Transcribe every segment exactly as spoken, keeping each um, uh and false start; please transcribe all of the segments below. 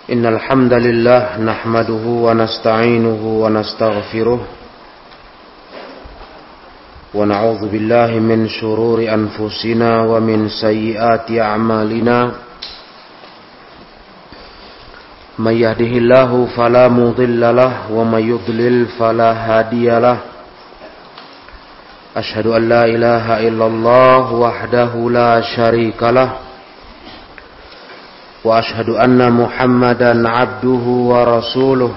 Innal hamdalillah nahmaduhu wa nasta'inuhu wa nastaghfiruh wa na'udzu billahi min shururi anfusina wa min sayyiati a'malina. May yahdihillahu fala mudilla lahu wa may yudlil fala hadiya lahu. Ashhadu an la ilaha illallah wahdahu la syarika lahu wa ashhadu anna Muhammadan abduhu wa rasuluh.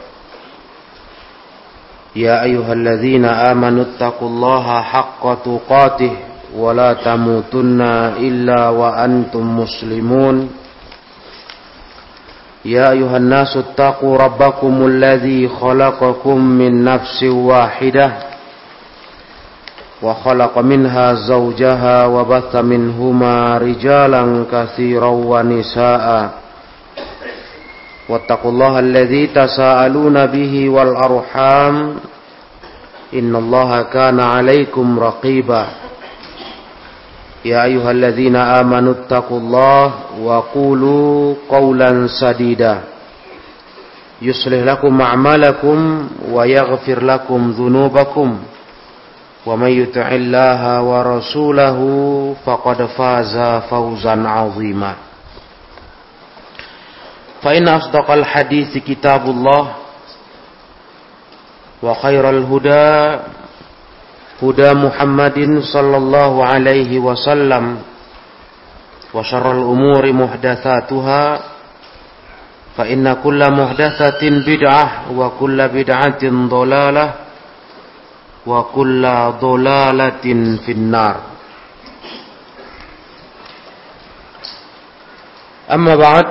Ya ayyuhalladzina amanu taqullaha haqqa tuqatih wa la tamutunna illa wa antum muslimun. Ya ayyuhan nasu taqu rabbakumul ladzi khalaqakum min nafsin wahidah wa khalaqa minha zawjaha wa batha minhuma rijalan katsiran wa nisaa. Wattaqullaha alladzi tasaaluna bihi wal arham innallaha kana 'alaikum raqiba. Ya ayyuhalladzina amanu taqullaha wa qulu qawlan sadida yuslih lakum a'malakum wa yaghfir lakum dhunubakum. Wa may yuti'illaha wa rasulahu faqad faza fawzan 'azima. Fa inna asdaqal hadithi kitabullah wa khairal huda huda Muhammadin sallallahu alaihi wasallam wa syarrul umuri muhdatsatuha fa inna kulla muhdatsatin bid'ah wa kulla bid'atin dhalalah wa kulla dhalalatin finnar. Amma ba'd.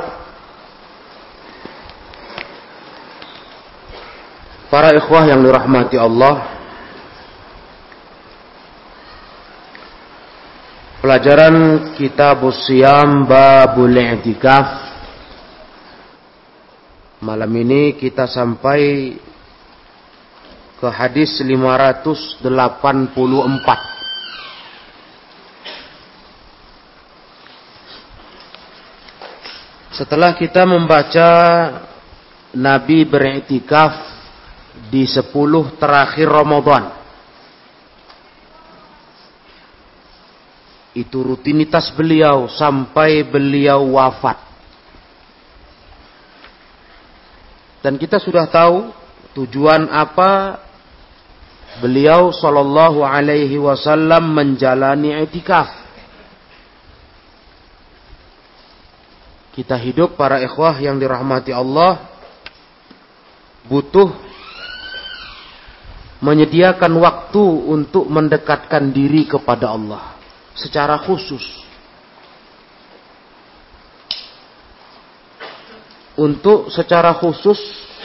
Para ikhwah yang dirahmati Allah, pelajaran Kitabus Shiyam Babul I'tikaf. Malam ini kita sampai ke hadis lima ratus delapan puluh empat. Setelah kita membaca Nabi beriktikaf di sepuluh terakhir Ramadan, itu rutinitas beliau sampai beliau wafat. Dan kita sudah tahu tujuan apa beliau sallallahu alaihi wasallam menjalani i'tikaf. Kita hidup para ikhwah yang dirahmati Allah butuh menyediakan waktu untuk mendekatkan diri kepada Allah secara khusus. Untuk secara khusus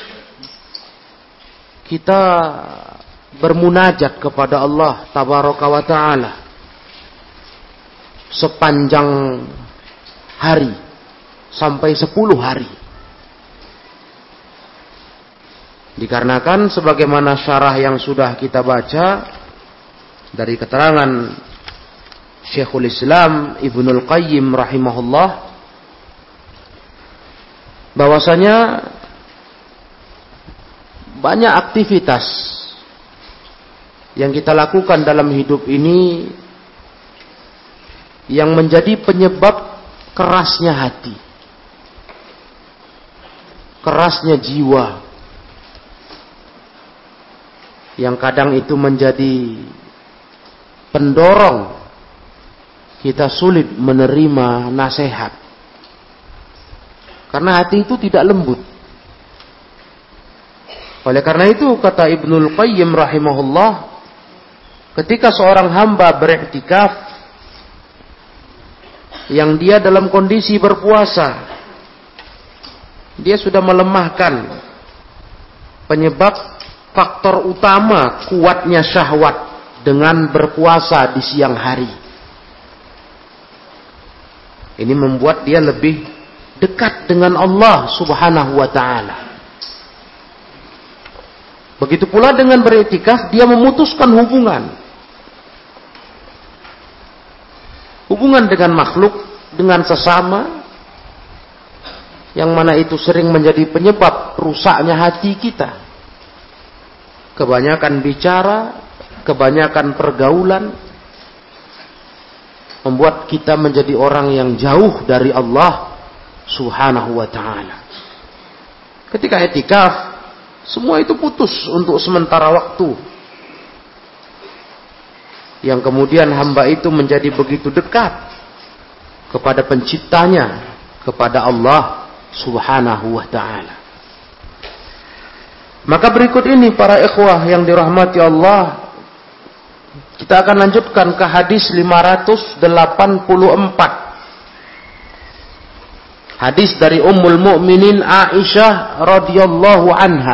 kita bermunajat kepada Allah tabaraka wa ta'ala sepanjang hari sampai sepuluh hari. Dikarenakan sebagaimana syarah yang sudah kita baca dari keterangan Syekhul Islam Ibnul Qayyim rahimahullah, bahwasanya banyak aktivitas yang kita lakukan dalam hidup ini yang menjadi penyebab kerasnya hati, kerasnya jiwa, yang kadang itu menjadi pendorong kita sulit menerima nasihat. Karena hati itu tidak lembut. Oleh karena itu kata Ibnul Qayyim rahimahullah, ketika seorang hamba beriktikaf yang dia dalam kondisi berpuasa, dia sudah melemahkan penyebab faktor utama kuatnya syahwat dengan berpuasa di siang hari. Ini membuat dia lebih dekat dengan Allah subhanahu wa ta'ala. Begitu pula dengan beriktikaf, dia memutuskan hubungan. Hubungan dengan makhluk, dengan sesama, yang mana itu sering menjadi penyebab rusaknya hati kita. Kebanyakan bicara, kebanyakan pergaulan membuat kita menjadi orang yang jauh dari Allah Subhanahu wa ta'ala. Ketika i'tikaf, semua itu putus untuk sementara waktu, yang kemudian hamba itu menjadi begitu dekat kepada penciptanya, kepada Allah Subhanahu wa ta'ala. Maka berikut ini para ikhwah yang dirahmati Allah, kita akan lanjutkan ke hadis lima ratus delapan puluh empat. Hadis dari Ummul Mukminin Aisyah radhiyallahu anha.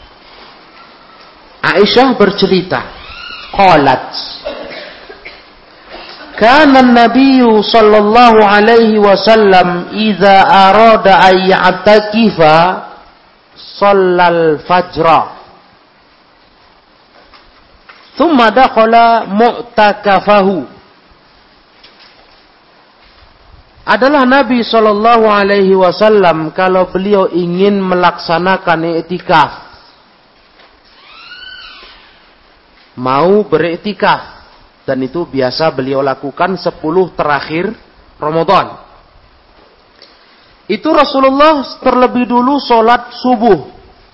Aisyah bercerita, qalat, kana an-nabiy sallallahu alaihi wasallam idza arada an ya'takifa shallal fajra thumma dakhala mu'takafahu. Adalah Nabi sallallahu alaihi wasallam kalau beliau ingin melaksanakan i'tikaf, mau beriktikaf, dan itu biasa beliau lakukan sepuluh terakhir Ramadan. Itu Rasulullah terlebih dulu sholat subuh.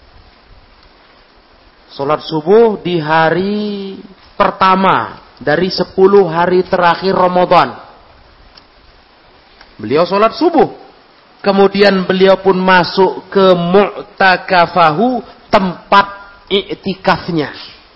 Sholat subuh di hari pertama dari sepuluh hari terakhir Ramadan. Beliau sholat subuh. Kemudian beliau pun masuk ke mu'takafahu, tempat i'tikafnya.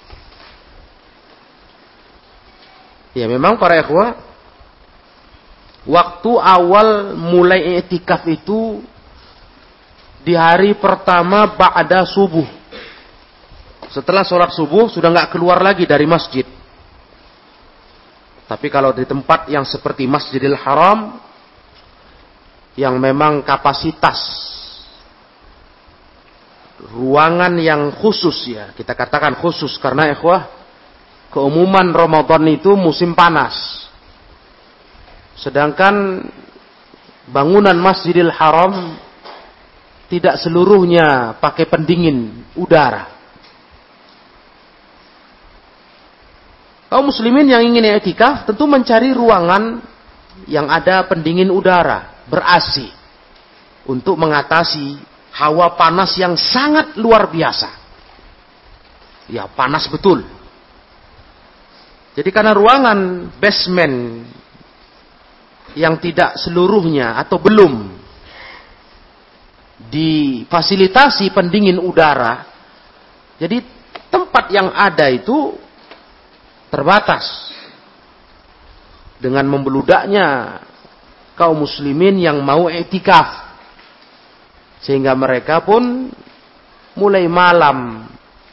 Ya memang para ikhwah, waktu awal mulai i'tikaf itu di hari pertama ba'da subuh. Setelah sholat subuh sudah nggak keluar lagi dari masjid. Tapi kalau di tempat yang seperti Masjidil Haram, yang memang kapasitas ruangan yang khusus, ya kita katakan khusus, karena ikhwah, keumuman Ramadan itu musim panas. Sedangkan bangunan Masjidil Haram tidak seluruhnya pakai pendingin udara. Kaum muslimin yang ingin i'tikaf tentu mencari ruangan yang ada pendingin udara, ber-A C, untuk mengatasi hawa panas yang sangat luar biasa. Ya, panas betul. Jadi karena ruangan basement yang tidak seluruhnya atau belum difasilitasi pendingin udara, jadi tempat yang ada itu terbatas dengan membeludaknya kaum muslimin yang mau i'tikaf, sehingga mereka pun mulai malam,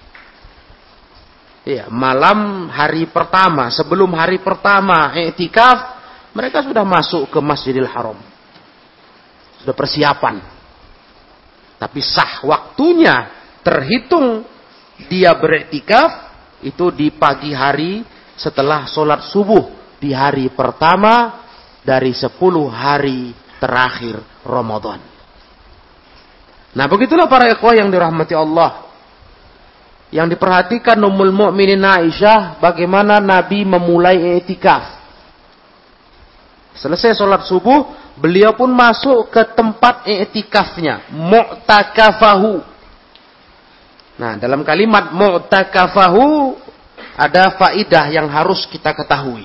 ya malam hari pertama, sebelum hari pertama i'tikaf, mereka sudah masuk ke Masjidil Haram, sudah persiapan. Tapi sah waktunya terhitung dia beriktikaf itu di pagi hari setelah sholat subuh di hari pertama dari sepuluh hari terakhir Ramadan. Nah begitulah para ikhwah yang dirahmati Allah. Yang diperhatikan Ummul Mukminin Aisyah, bagaimana Nabi memulai i'tikaf. Selesai sholat subuh, beliau pun masuk ke tempat i'tikafnya, mu'takafahu. Nah, dalam kalimat mu'takafahu ada faidah yang harus kita ketahui.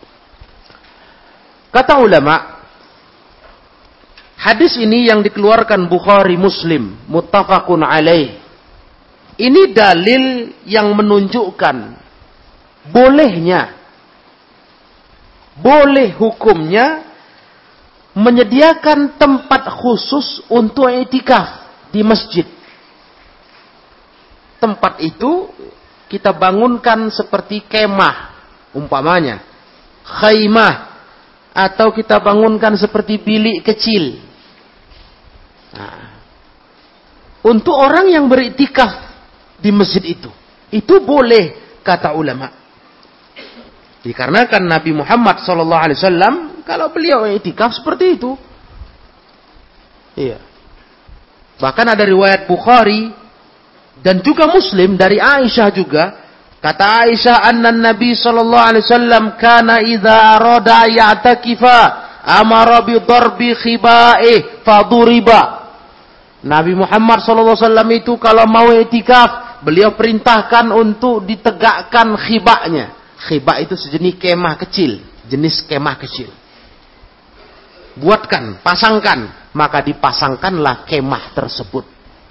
Kata ulama, hadis ini yang dikeluarkan Bukhari Muslim, muttafaqun alaih. Ini dalil yang menunjukkan bolehnya, boleh hukumnya menyediakan tempat khusus untuk i'tikaf di masjid. Tempat itu kita bangunkan seperti kemah, umpamanya khaymah, atau kita bangunkan seperti bilik kecil. Nah, untuk orang yang beriktikaf di masjid itu, itu boleh kata ulama. Dikarenakan Nabi Muhammad sallallahu alaihi wasallam kalau beliau iktikaf seperti itu. Iya. Bahkan ada riwayat Bukhari dan juga Muslim dari Aisyah juga. Kata Aisyah, anna Nabi sallallahu alaihi wasallam kana idza arada ya'takifa amara bi darbi khiba'i faduriba. Nabi Muhammad sallallahu alaihi wasallam itu kalau mau i'tikaf, beliau perintahkan untuk ditegakkan khiba'nya. Khiba' itu sejenis kemah kecil, jenis kemah kecil. Buatkan, pasangkan, maka dipasangkanlah kemah tersebut.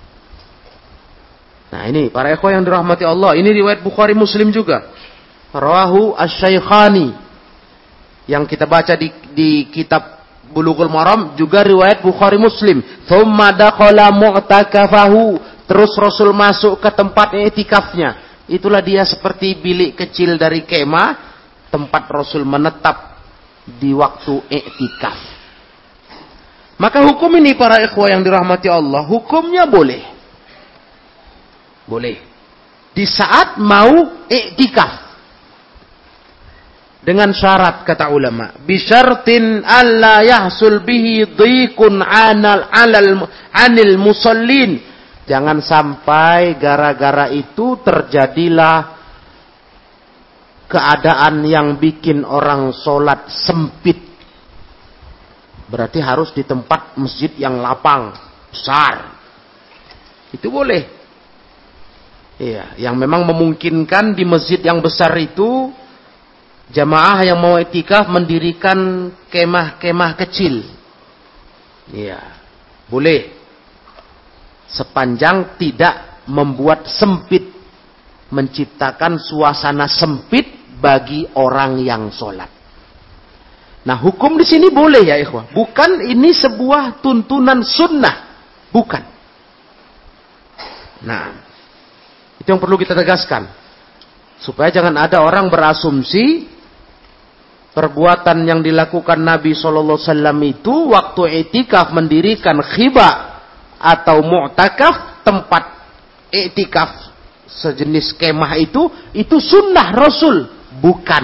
Nah ini para ikhwah yang dirahmati Allah, ini riwayat Bukhari Muslim juga. Rawahu Asy-Syaikhani yang kita baca di, di kitab Bulughul Maram juga riwayat Bukhari Muslim. Tsumma dakhala mu'takafahu, terus Rasul masuk ke tempat i'tikafnya. Itulah dia seperti bilik kecil dari kemah, tempat Rasul menetap di waktu i'tikaf. Maka hukum ini para ikhwah yang dirahmati Allah, hukumnya boleh. Boleh. Di saat mau i'tikaf. Dengan syarat kata ulama, bisyartin alla yahsul bihi dhiqun 'anal 'alal 'anil musallin. Jangan sampai gara-gara itu terjadilah keadaan yang bikin orang sholat sempit. Berarti harus di tempat masjid yang lapang, besar. Itu boleh. Iya, yang memang memungkinkan di masjid yang besar itu jamaah yang mau i'tikaf mendirikan kemah-kemah kecil. Iya, boleh. Sepanjang tidak membuat sempit, menciptakan suasana sempit bagi orang yang sholat. Nah, hukum di sini boleh ya ikhwah. Bukan ini sebuah tuntunan sunnah, bukan. Nah, itu yang perlu kita tegaskan, supaya jangan ada orang berasumsi perbuatan yang dilakukan Nabi Shallallahu Alaihi Wasallam itu waktu i'tikaf mendirikan khibah atau mu'takaf, tempat i'tikaf sejenis kemah itu, itu sunnah Rasul. Bukan.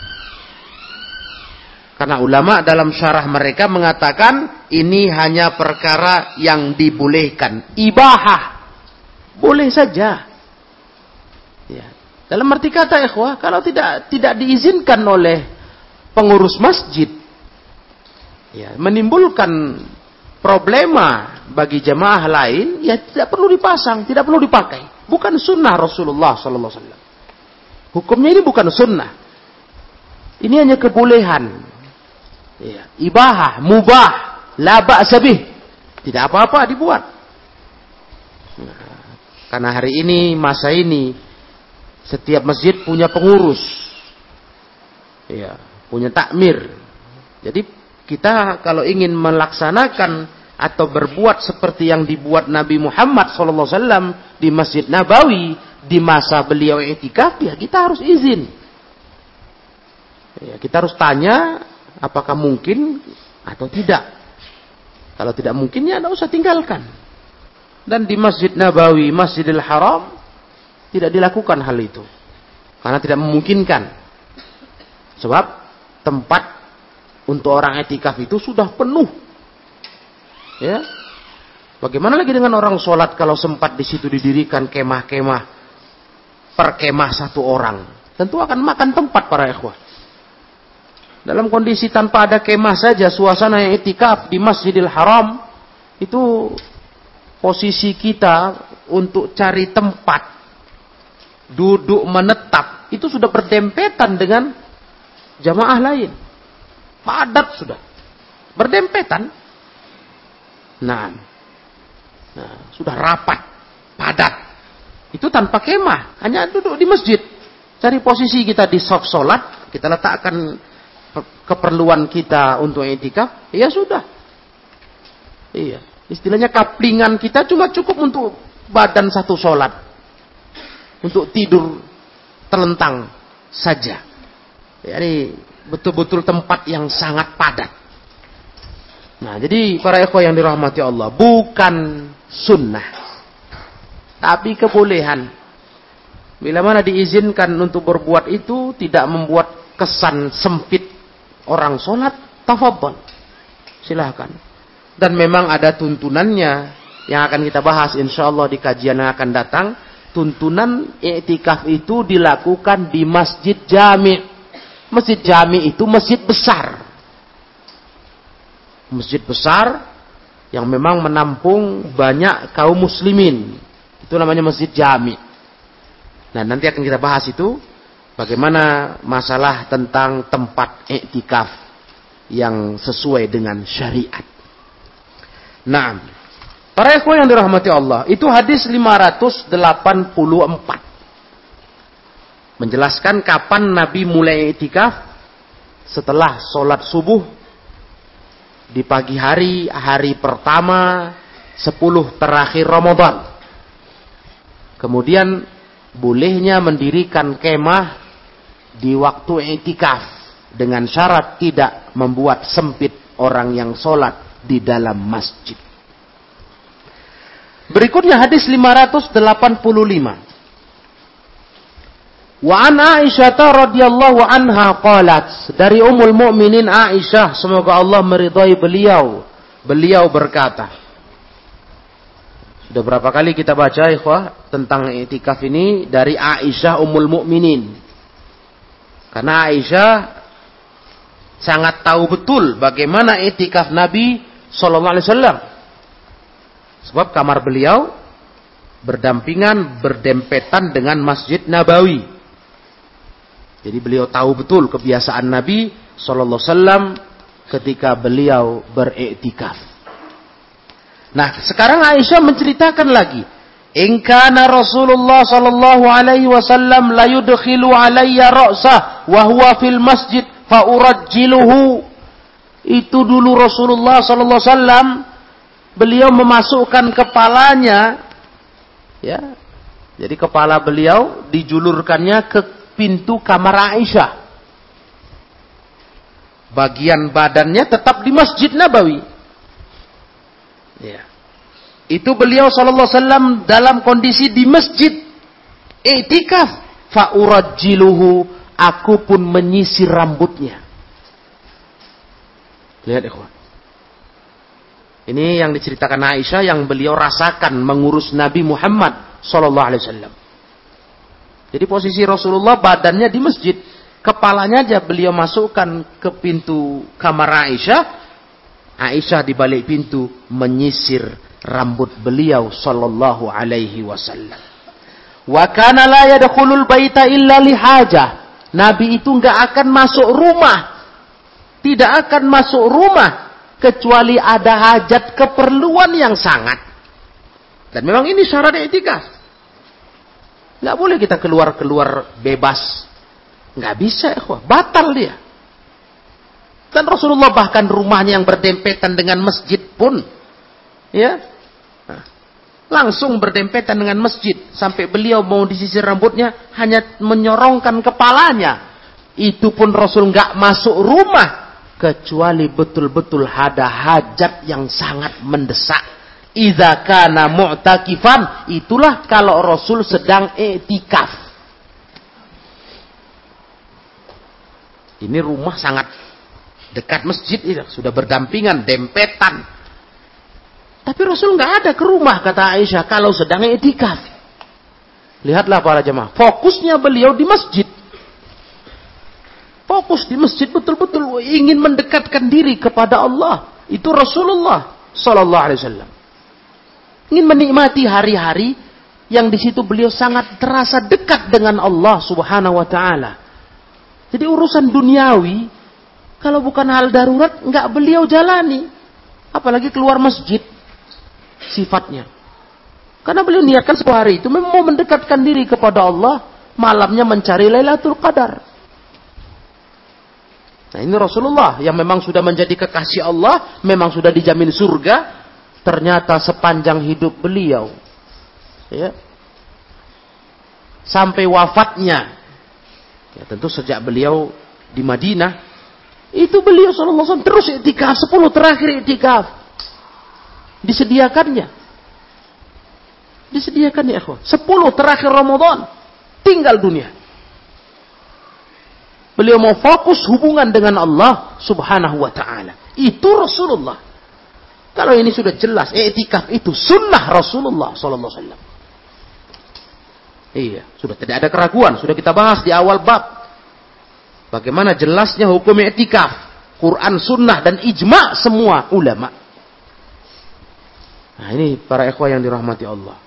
Karena ulama dalam syarah mereka mengatakan ini hanya perkara yang dibolehkan. Ibahah. Boleh saja. Ya. Dalam arti kata ikhwah, kalau tidak tidak diizinkan oleh pengurus masjid, ya, menimbulkan problema bagi jamaah lain, ya tidak perlu dipasang, tidak perlu dipakai. Bukan sunnah Rasulullah sallallahu alaihi wasallam. Hukumnya ini bukan sunnah. Ini hanya kebolehan. Ya, ibahah, mubah, la ba'sa bih. Tidak apa-apa dibuat. Nah, karena hari ini, masa ini, setiap masjid punya pengurus. Ya, punya takmir. Jadi kita kalau ingin melaksanakan atau berbuat seperti yang dibuat Nabi Muhammad shallallahu alaihi wasallam di Masjid Nabawi di masa beliau i'tikaf, ya kita harus izin. Ya, kita harus tanya apakah mungkin atau tidak. Kalau tidak mungkin, ya tidak usah tinggalkan. Dan di Masjid Nabawi, Masjidil Haram, tidak dilakukan hal itu karena tidak memungkinkan. Sebab tempat untuk orang i'tikaf itu sudah penuh. Ya, bagaimana lagi dengan orang sholat kalau sempat di situ didirikan kemah-kemah per kemah satu orang? Tentu akan makan tempat para ikhwah. Dalam kondisi tanpa ada kemah saja, suasana yang i'tikaf di Masjidil Haram, itu posisi kita untuk cari tempat duduk menetap itu sudah berdempetan dengan jamaah lain. Padat sudah. Berdempetan. Nah, nah, sudah rapat, padat. Itu tanpa kemah, hanya duduk di masjid. Cari posisi kita di saf sholat, kita letakkan keperluan kita untuk i'tikaf, ya sudah. Iya, istilahnya kaplingan kita cuma cukup untuk badan satu sholat, untuk tidur telentang saja. Jadi betul-betul tempat yang sangat padat. Nah, jadi para ikhwah yang dirahmati Allah, bukan sunnah, tapi kebolehan. Bila mana diizinkan untuk berbuat itu, tidak membuat kesan sempit orang sholat, tafadhol, silahkan. Dan memang ada tuntunannya yang akan kita bahas insyaallah di kajian yang akan datang. Tuntunan i'tikaf itu dilakukan di masjid jami'. Masjid jami' itu masjid besar. Masjid besar yang memang menampung banyak kaum muslimin. Itu namanya masjid jami'. Nah, nanti akan kita bahas itu bagaimana masalah tentang tempat i'tikaf yang sesuai dengan syariat. Nah, para ikhwan yang dirahmati Allah, itu hadis lima ratus delapan puluh empat. Menjelaskan kapan Nabi mulai i'tikaf setelah sholat subuh di pagi hari, hari pertama, sepuluh terakhir Ramadan. Kemudian bolehnya mendirikan kemah di waktu i'tikaf dengan syarat tidak membuat sempit orang yang sholat di dalam masjid. Berikutnya hadis lima ratus delapan puluh lima. Wa an Aisyah radhiyallahu anha qalat, dari Ummul Mukminin Aisyah, semoga Allah meridhai beliau, beliau berkata. Sudah berapa kali kita baca ikhwah tentang i'tikaf ini dari Aisyah Ummul Mukminin. Karena Aisyah sangat tahu betul bagaimana i'tikaf Nabi sallallahu alaihi wasallam. Sebab kamar beliau berdampingan, berdempetan dengan Masjid Nabawi. Jadi beliau tahu betul kebiasaan Nabi sallallahu alaihi wasallam ketika beliau beriktikaf. Nah, sekarang Aisyah menceritakan lagi, "In kana Rasulullah sallallahu alaihi wasallam la yudkhilu alayya ra'sah wa huwa fil masjid fa urajjiluhu." Itu dulu Rasulullah sallallahu alaihi wasallam beliau memasukkan kepalanya, ya, jadi kepala beliau dijulurkannya ke pintu kamar Aisyah. Bagian badannya tetap di Masjid Nabawi. Ya. Itu beliau sallallahu alaihi wasallam dalam kondisi di masjid i'tikaf. Fa urajjiluhu, aku pun menyisir rambutnya. Lihat ikhwan. Ini yang diceritakan Aisyah yang beliau rasakan mengurus Nabi Muhammad sallallahu alaihi wasallam. Jadi posisi Rasulullah badannya di masjid, kepalanya aja beliau masukkan ke pintu kamar Aisyah. Aisyah di balik pintu menyisir rambut beliau sallallahu alaihi wasallam. Wa kana la yadkhulul baita illa lihajah. Nabi itu enggak akan masuk rumah. Tidak akan masuk rumah kecuali ada hajat keperluan yang sangat. Dan memang ini syarat i'tikaf. Nggak boleh kita keluar-keluar bebas. Nggak bisa, ikhwah. Batal dia. Dan Rasulullah bahkan rumahnya yang berdempetan dengan masjid pun, ya, nah, langsung berdempetan dengan masjid. Sampai beliau mau disisir rambutnya, hanya menyorongkan kepalanya. Itu pun Rasul nggak masuk rumah. Kecuali betul-betul ada hajat yang sangat mendesak. Idza kana mu'takifan, itulah kalau Rasul sedang i'tikaf. Ini rumah sangat dekat masjid, sudah berdampingan, dempetan. Tapi Rasul nggak ada ke rumah, kata Aisyah, kalau sedang i'tikaf. Lihatlah para jemaah, fokusnya beliau di masjid. Fokus di masjid, betul-betul ingin mendekatkan diri kepada Allah. Itu Rasulullah sallallahu alaihi wasallam. Ingin menikmati hari-hari yang di situ beliau sangat terasa dekat dengan Allah Subhanahu wa taala. Jadi urusan duniawi, kalau bukan hal darurat, enggak beliau jalani. Apalagi keluar masjid sifatnya. Karena beliau niatkan sepuluh hari itu memang mau mendekatkan diri kepada Allah, malamnya mencari Lailatul Qadar. Nah, ini Rasulullah yang memang sudah menjadi kekasih Allah, memang sudah dijamin surga, ternyata sepanjang hidup beliau, ya, sampai wafatnya, ya, tentu sejak beliau di Madinah, itu beliau sallallahu alaihi wasallam terus i'tikaf, sepuluh terakhir i'tikaf. Disediakannya. Disediakannya, ikhwan. sepuluh terakhir Ramadan, tinggal dunia. Beliau mau fokus hubungan dengan Allah Subhanahu wa taala. Itu Rasulullah. Kalau ini sudah jelas, i'tikaf itu sunnah Rasulullah sallallahu alaihi wasallam. Iya, sudah tidak ada keraguan, sudah kita bahas di awal bab. Bagaimana jelasnya hukum i'tikaf, Quran, sunnah dan ijma' semua ulama. Nah, ini para ikhwah yang dirahmati Allah.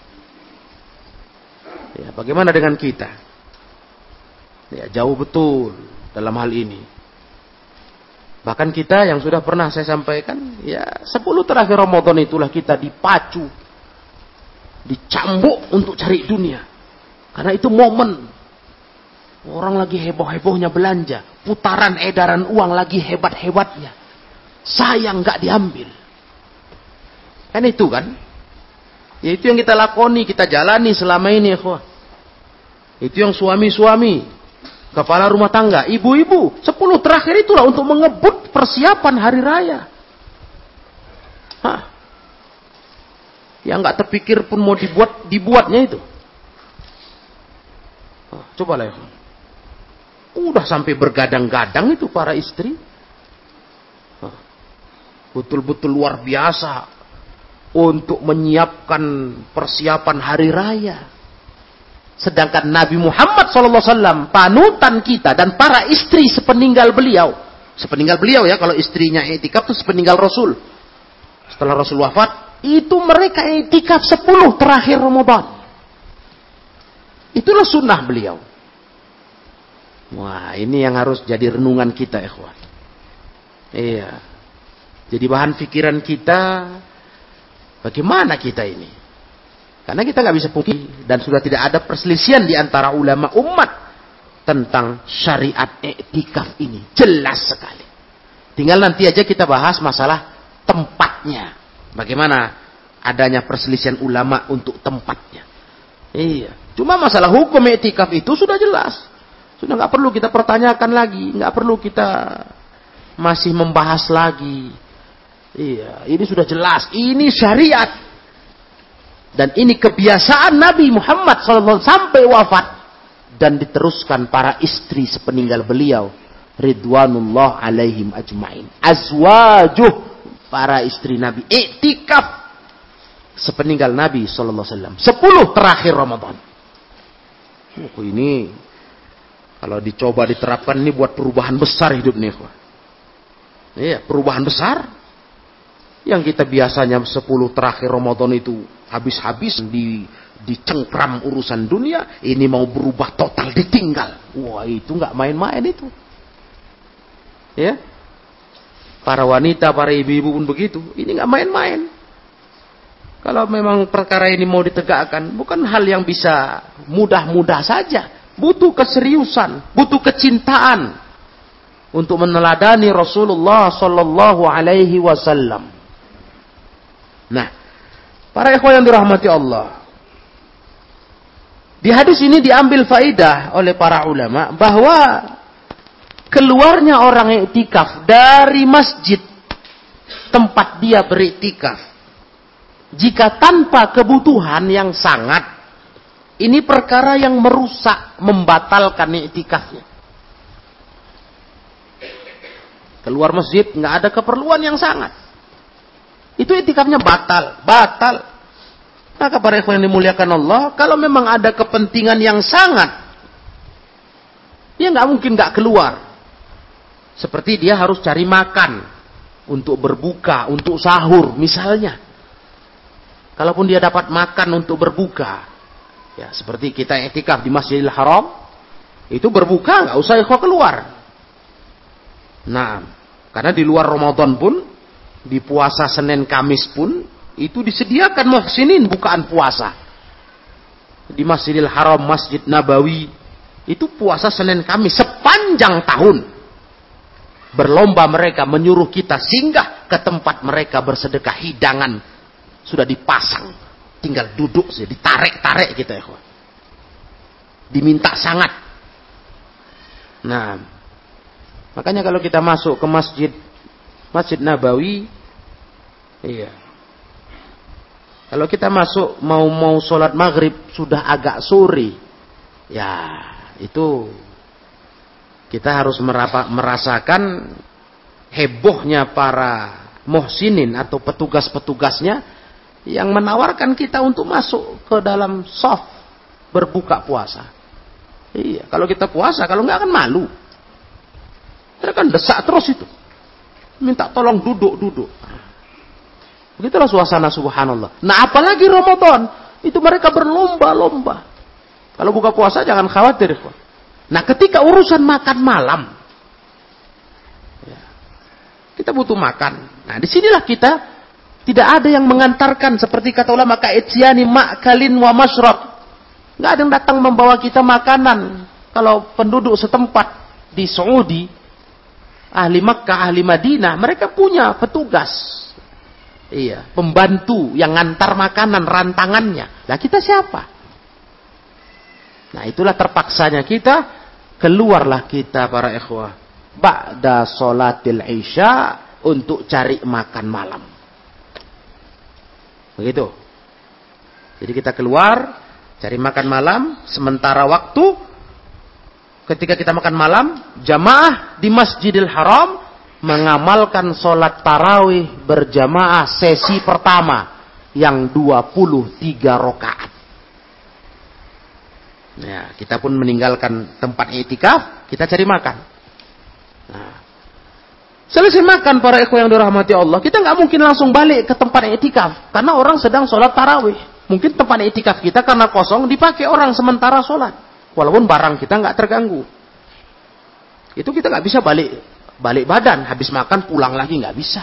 Ya, bagaimana dengan kita? Ya, jauh betul dalam hal ini. Bahkan kita yang sudah pernah saya sampaikan, ya sepuluh terakhir Ramadan itulah kita dipacu, dicambuk untuk cari dunia. Karena itu momen orang lagi heboh-hebohnya belanja, putaran edaran uang lagi hebat-hebatnya. Sayang nggak diambil. Kan itu kan? Ya itu yang kita lakoni, kita jalani selama ini, ikhwah. Itu yang suami-suami, kepala rumah tangga, ibu-ibu, sepuluh terakhir itulah untuk mengebut persiapan hari raya. Hah? Yang nggak terpikir pun mau dibuat, dibuatnya itu. Hah, cobalah ya. Udah sampai bergadang-gadang itu para istri. Hah. Betul-betul luar biasa untuk menyiapkan persiapan hari raya. Sedangkan Nabi Muhammad shallallahu alaihi wasallam, panutan kita dan para istri sepeninggal beliau. Sepeninggal beliau ya, kalau istrinya i'tikaf itu sepeninggal Rasul. Setelah Rasul wafat, itu mereka i'tikaf sepuluh terakhir Ramadan. Itulah sunnah beliau. Wah, ini yang harus jadi renungan kita, ikhwan. Iya. Jadi bahan pikiran kita, bagaimana kita ini? Karena kita nggak bisa pungkiri dan sudah tidak ada perselisihan di antara ulama umat tentang syariat i'tikaf ini. Jelas sekali. Tinggal nanti aja kita bahas masalah tempatnya. Bagaimana adanya perselisihan ulama untuk tempatnya. Iya. Cuma masalah hukum i'tikaf itu sudah jelas. Sudah nggak perlu kita pertanyakan lagi. Nggak perlu kita masih membahas lagi. Iya. Ini sudah jelas. Ini syariat. Dan ini kebiasaan Nabi Muhammad shallallahu alaihi wasallam sampai wafat. Dan diteruskan para istri sepeninggal beliau. Ridwanullah alaihim ajma'in. Azwajuh. Para istri Nabi. I'tikaf. Sepeninggal Nabi shallallahu alaihi wasallam. Sepuluh terakhir Ramadan. Oh, ini. Kalau dicoba diterapkan ini buat perubahan besar hidup nih. Iya, perubahan besar. Yang kita biasanya sepuluh terakhir Ramadan itu habis-habis di dicengkram urusan dunia, ini mau berubah total ditinggal. Wah, itu nggak main-main itu. Ya. Para wanita, para ibu-ibu pun begitu. Ini nggak main-main. Kalau memang perkara ini mau ditegakkan, bukan hal yang bisa mudah-mudah saja. Butuh keseriusan, butuh kecintaan untuk meneladani Rasulullah sallallahu alaihi wasallam. Nah, para ikhwan yang dirahmati Allah. Di hadis ini diambil faidah oleh para ulama bahwa keluarnya orang i'tikaf dari masjid tempat dia beriktikaf jika tanpa kebutuhan yang sangat, ini perkara yang merusak, membatalkan i'tikafnya. Keluar masjid nggak ada keperluan yang sangat, itu i'tikafnya batal, batal. Maka para ikhwan yang dimuliakan Allah, kalau memang ada kepentingan yang sangat, dia nggak mungkin nggak keluar. Seperti dia harus cari makan untuk berbuka, untuk sahur misalnya. Kalaupun dia dapat makan untuk berbuka, ya seperti kita i'tikaf di Masjidil Haram, itu berbuka nggak usah ikhwan keluar. Nah, karena di luar Ramadan pun, di puasa Senin Kamis pun, itu disediakan muhsinin bukaan puasa. Di Masjidil Haram, Masjid Nabawi, itu puasa Senin Kamis sepanjang tahun. Berlomba mereka menyuruh kita singgah ke tempat mereka bersedekah, hidangan sudah dipasang, tinggal duduk saja, ditarik-tarik kita ya. Diminta sangat. Nah, makanya kalau kita masuk ke masjid Masjid Nabawi, iya. Kalau kita masuk mau mau sholat maghrib sudah agak sore, ya itu kita harus merapa, merasakan hebohnya para muhsinin atau petugas-petugasnya yang menawarkan kita untuk masuk ke dalam shaf berbuka puasa. Iya, kalau kita puasa, kalau enggak akan malu. Mereka kan desak terus itu. Minta tolong duduk-duduk. Begitulah suasana, subhanallah. Nah, apalagi Ramadan, itu mereka berlomba-lomba. Kalau buka puasa jangan khawatir. Nah, ketika urusan makan malam, ya, kita butuh makan. Nah, disinilah kita tidak ada yang mengantarkan seperti kata ulama ka'itsyani ma'kalin wa masyrab. Nggak ada yang datang membawa kita makanan. Kalau penduduk setempat di Saudi, ahli Makkah, ahli Madinah, mereka punya petugas. Iya, pembantu yang ngantar makanan, rantangannya. Lah kita siapa? Nah, itulah terpaksanya kita, keluarlah kita para ikhwah ba'da sholatil isya untuk cari makan malam. Begitu. Jadi kita keluar cari makan malam, sementara waktu ketika kita makan malam, jamaah di Masjidil Haram mengamalkan sholat tarawih berjamaah sesi pertama yang dua puluh tiga rakaat. Nah, kita pun meninggalkan tempat i'tikaf, kita cari makan. Nah, selesai makan para ikhwan yang dirahmati Allah, kita nggak mungkin langsung balik ke tempat i'tikaf karena orang sedang sholat tarawih. Mungkin tempat i'tikaf kita karena kosong dipakai orang sementara sholat, walaupun barang kita nggak terganggu. Itu kita nggak bisa balik balik badan, habis makan pulang lagi nggak bisa.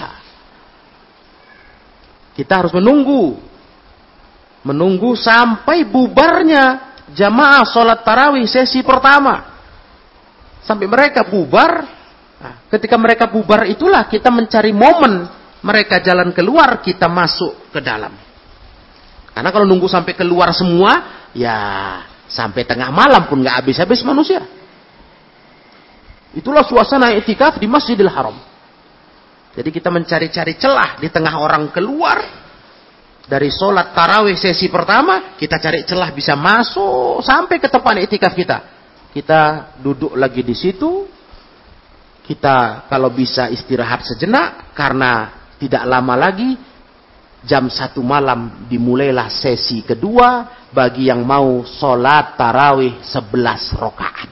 Kita harus menunggu, menunggu sampai bubarnya jamaah sholat tarawih sesi pertama, sampai mereka bubar. Nah, ketika mereka bubar itulah kita mencari momen mereka jalan keluar, kita masuk ke dalam. Karena kalau nunggu sampai keluar semua, ya sampai tengah malam pun nggak habis-habis manusia. Itulah suasana i'tikaf di Masjidil Haram. Jadi kita mencari-cari celah di tengah orang keluar dari sholat tarawih sesi pertama, kita cari celah bisa masuk sampai ke tempat i'tikaf kita. Kita duduk lagi di situ. Kita kalau bisa istirahat sejenak karena tidak lama lagi jam satu malam dimulailah sesi kedua bagi yang mau sholat tarawih sebelas rakaat.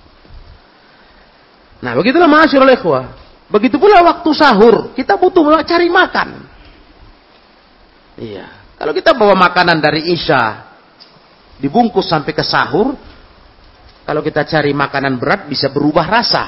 Nah, begitulah ma'asyiral ikhwah. Begitu pula waktu sahur, kita butuh cari makan. Iya. Kalau kita bawa makanan dari isya, dibungkus sampai ke sahur, kalau kita cari makanan berat bisa berubah rasa.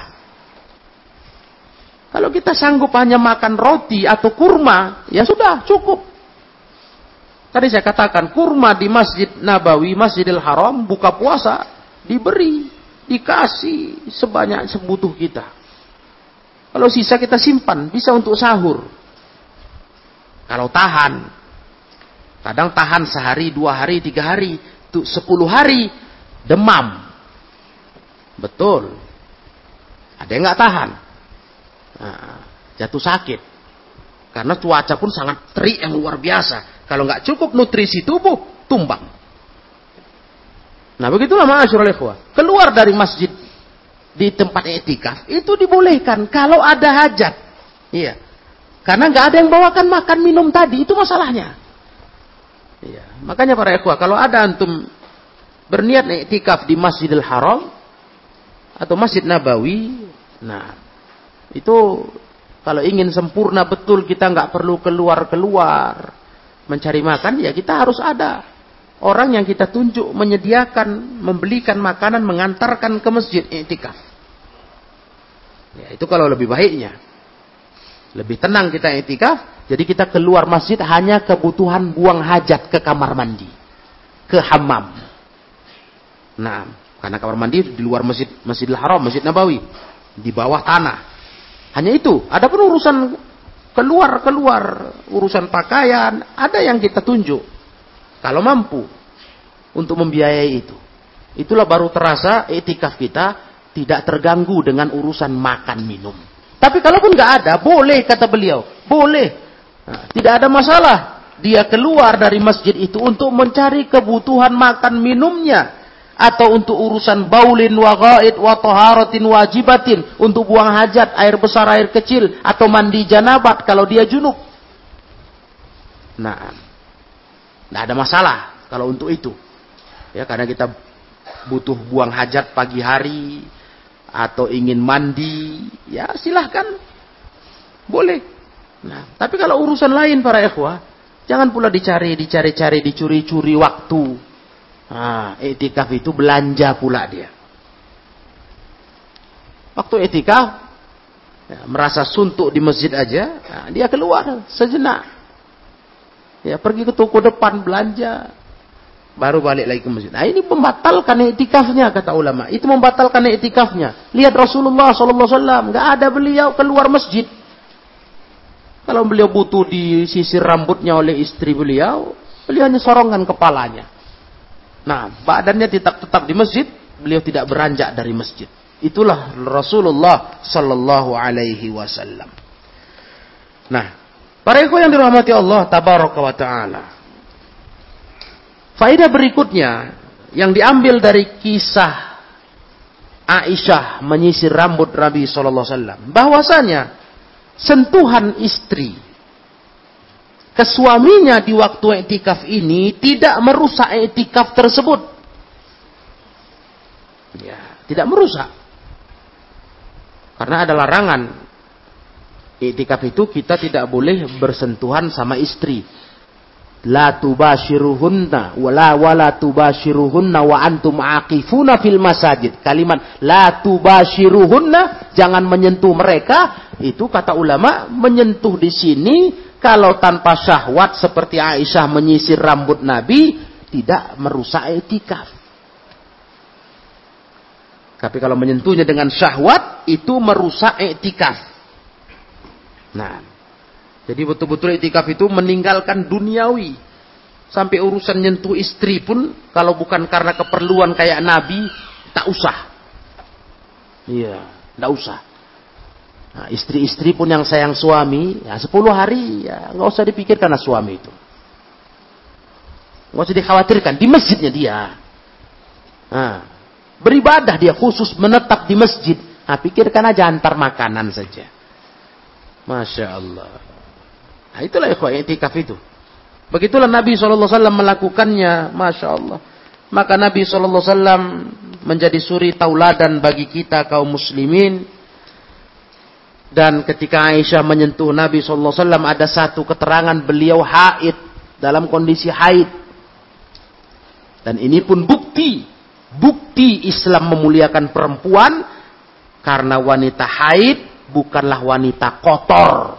Kalau kita sanggup hanya makan roti atau kurma, ya sudah, cukup. Tadi saya katakan, kurma di Masjid Nabawi, Masjidil Haram, buka puasa, diberi. Dikasih sebanyak sebutuh kita. Kalau sisa kita simpan, bisa untuk sahur. Kalau tahan, kadang tahan sehari, dua hari, tiga hari, tuh sepuluh hari demam. Betul. Ada yang nggak tahan, nah, jatuh sakit. Karena cuaca pun sangat terik yang luar biasa. Kalau nggak cukup nutrisi tubuh, tumbang. Nah, begitulah ma'asyiral ikhwah. Keluar dari masjid di tempat i'tikaf itu dibolehkan kalau ada hajat. Iya. Karena nggak ada yang bawakan makan minum tadi, itu masalahnya. Iya. Makanya para ikhwah, kalau ada antum berniat i'tikaf di Masjidil Haram atau Masjid Nabawi, nah, itu kalau ingin sempurna betul kita nggak perlu keluar-keluar mencari makan, ya kita harus ada orang yang kita tunjuk menyediakan, membelikan makanan, mengantarkan ke masjid i'tikaf. Ya, itu kalau lebih baiknya. Lebih tenang kita i'tikaf, jadi kita keluar masjid hanya kebutuhan buang hajat ke kamar mandi, ke hammam. Nah, karena kamar mandi di luar masjid Masjidil Haram, Masjid Nabawi, di bawah tanah. Hanya itu. Adapun urusan keluar-keluar, urusan pakaian, ada yang kita tunjuk. Kalau mampu untuk membiayai itu. Itulah baru terasa i'tikaf kita tidak terganggu dengan urusan makan minum. Tapi kalaupun nggak ada, boleh kata beliau. Boleh. Nah, tidak ada masalah. Dia keluar dari masjid itu untuk mencari kebutuhan makan minumnya. atau untuk urusan baulin wa ghaid wa taharatin wajibatin, untuk buang hajat, air besar, air kecil, atau mandi janabat kalau dia junub. Nah, tidak ada masalah kalau untuk itu. Ya, karena kita butuh buang hajat pagi hari atau ingin mandi, ya silahkan, boleh. Nah, tapi kalau urusan lain para ikhwah, jangan pula dicari, dicari-cari, dicuri-curi waktu. Nah, i'tikaf itu belanja pula dia. Waktu i'tikaf, ya, merasa suntuk di masjid aja, nah, dia keluar sejenak. Ya, pergi ke toko depan belanja, baru balik lagi ke masjid. Nah, ini membatalkan i'tikafnya kata ulama. Itu membatalkan i'tikafnya. Lihat Rasulullah shallallahu alaihi wasallam, nggak ada beliau keluar masjid. Kalau beliau butuh disisir rambutnya oleh istri beliau, beliau hanya sorongkan kepalanya. Nah, badannya tetap tetap di masjid, beliau tidak beranjak dari masjid. Itulah Rasulullah sallallahu alaihi wasallam. Nah, para ikhwan yang dirahmati Allah tabaraka wa taala. Faedah berikutnya yang diambil dari kisah Aisyah menyisir rambut Nabi sallallahu alaihi wasallam, bahwasanya sentuhan istri ke suaminya di waktu i'tikaf ini tidak merusak i'tikaf tersebut. Ya, tidak merusak. Karena ada larangan. I'tikaf itu kita tidak boleh bersentuhan sama istri. La tubashiruhunna wala wala tubashiruhunna wa antum aqifuna fil masajid. Kalimat la tubashiruhunna, jangan menyentuh mereka, itu kata ulama menyentuh di sini kalau tanpa syahwat seperti Aisyah menyisir rambut Nabi tidak merusak i'tikaf. Tapi kalau menyentuhnya dengan syahwat itu merusak i'tikaf. Nah, jadi betul-betul i'tikaf itu meninggalkan duniawi. Sampai urusan nyentuh istri pun kalau bukan karena keperluan kayak Nabi, tak usah. Iya, tak usah. Nah, istri-istri pun yang sayang suami, ya sepuluh hari, ya nggak usah dipikirkan lah suami itu. Nggak usah dikhawatirkan, di masjidnya dia. Nah, beribadah dia khusus menetap di masjid. Nah, pikirkan aja antar makanan saja. Masya Allah. Nah, itulah ikhwah i'tikaf itu. Begitulah Nabi shallallahu alaihi wasallam melakukannya. Masya Allah. Maka Nabi shallallahu alaihi wasallam menjadi suri tauladan bagi kita kaum muslimin. Dan ketika Aisyah menyentuh Nabi shallallahu alaihi wasallam, ada satu keterangan beliau haid, dalam kondisi haid. Dan ini pun bukti. Bukti Islam memuliakan perempuan. Karena wanita haid bukanlah wanita kotor.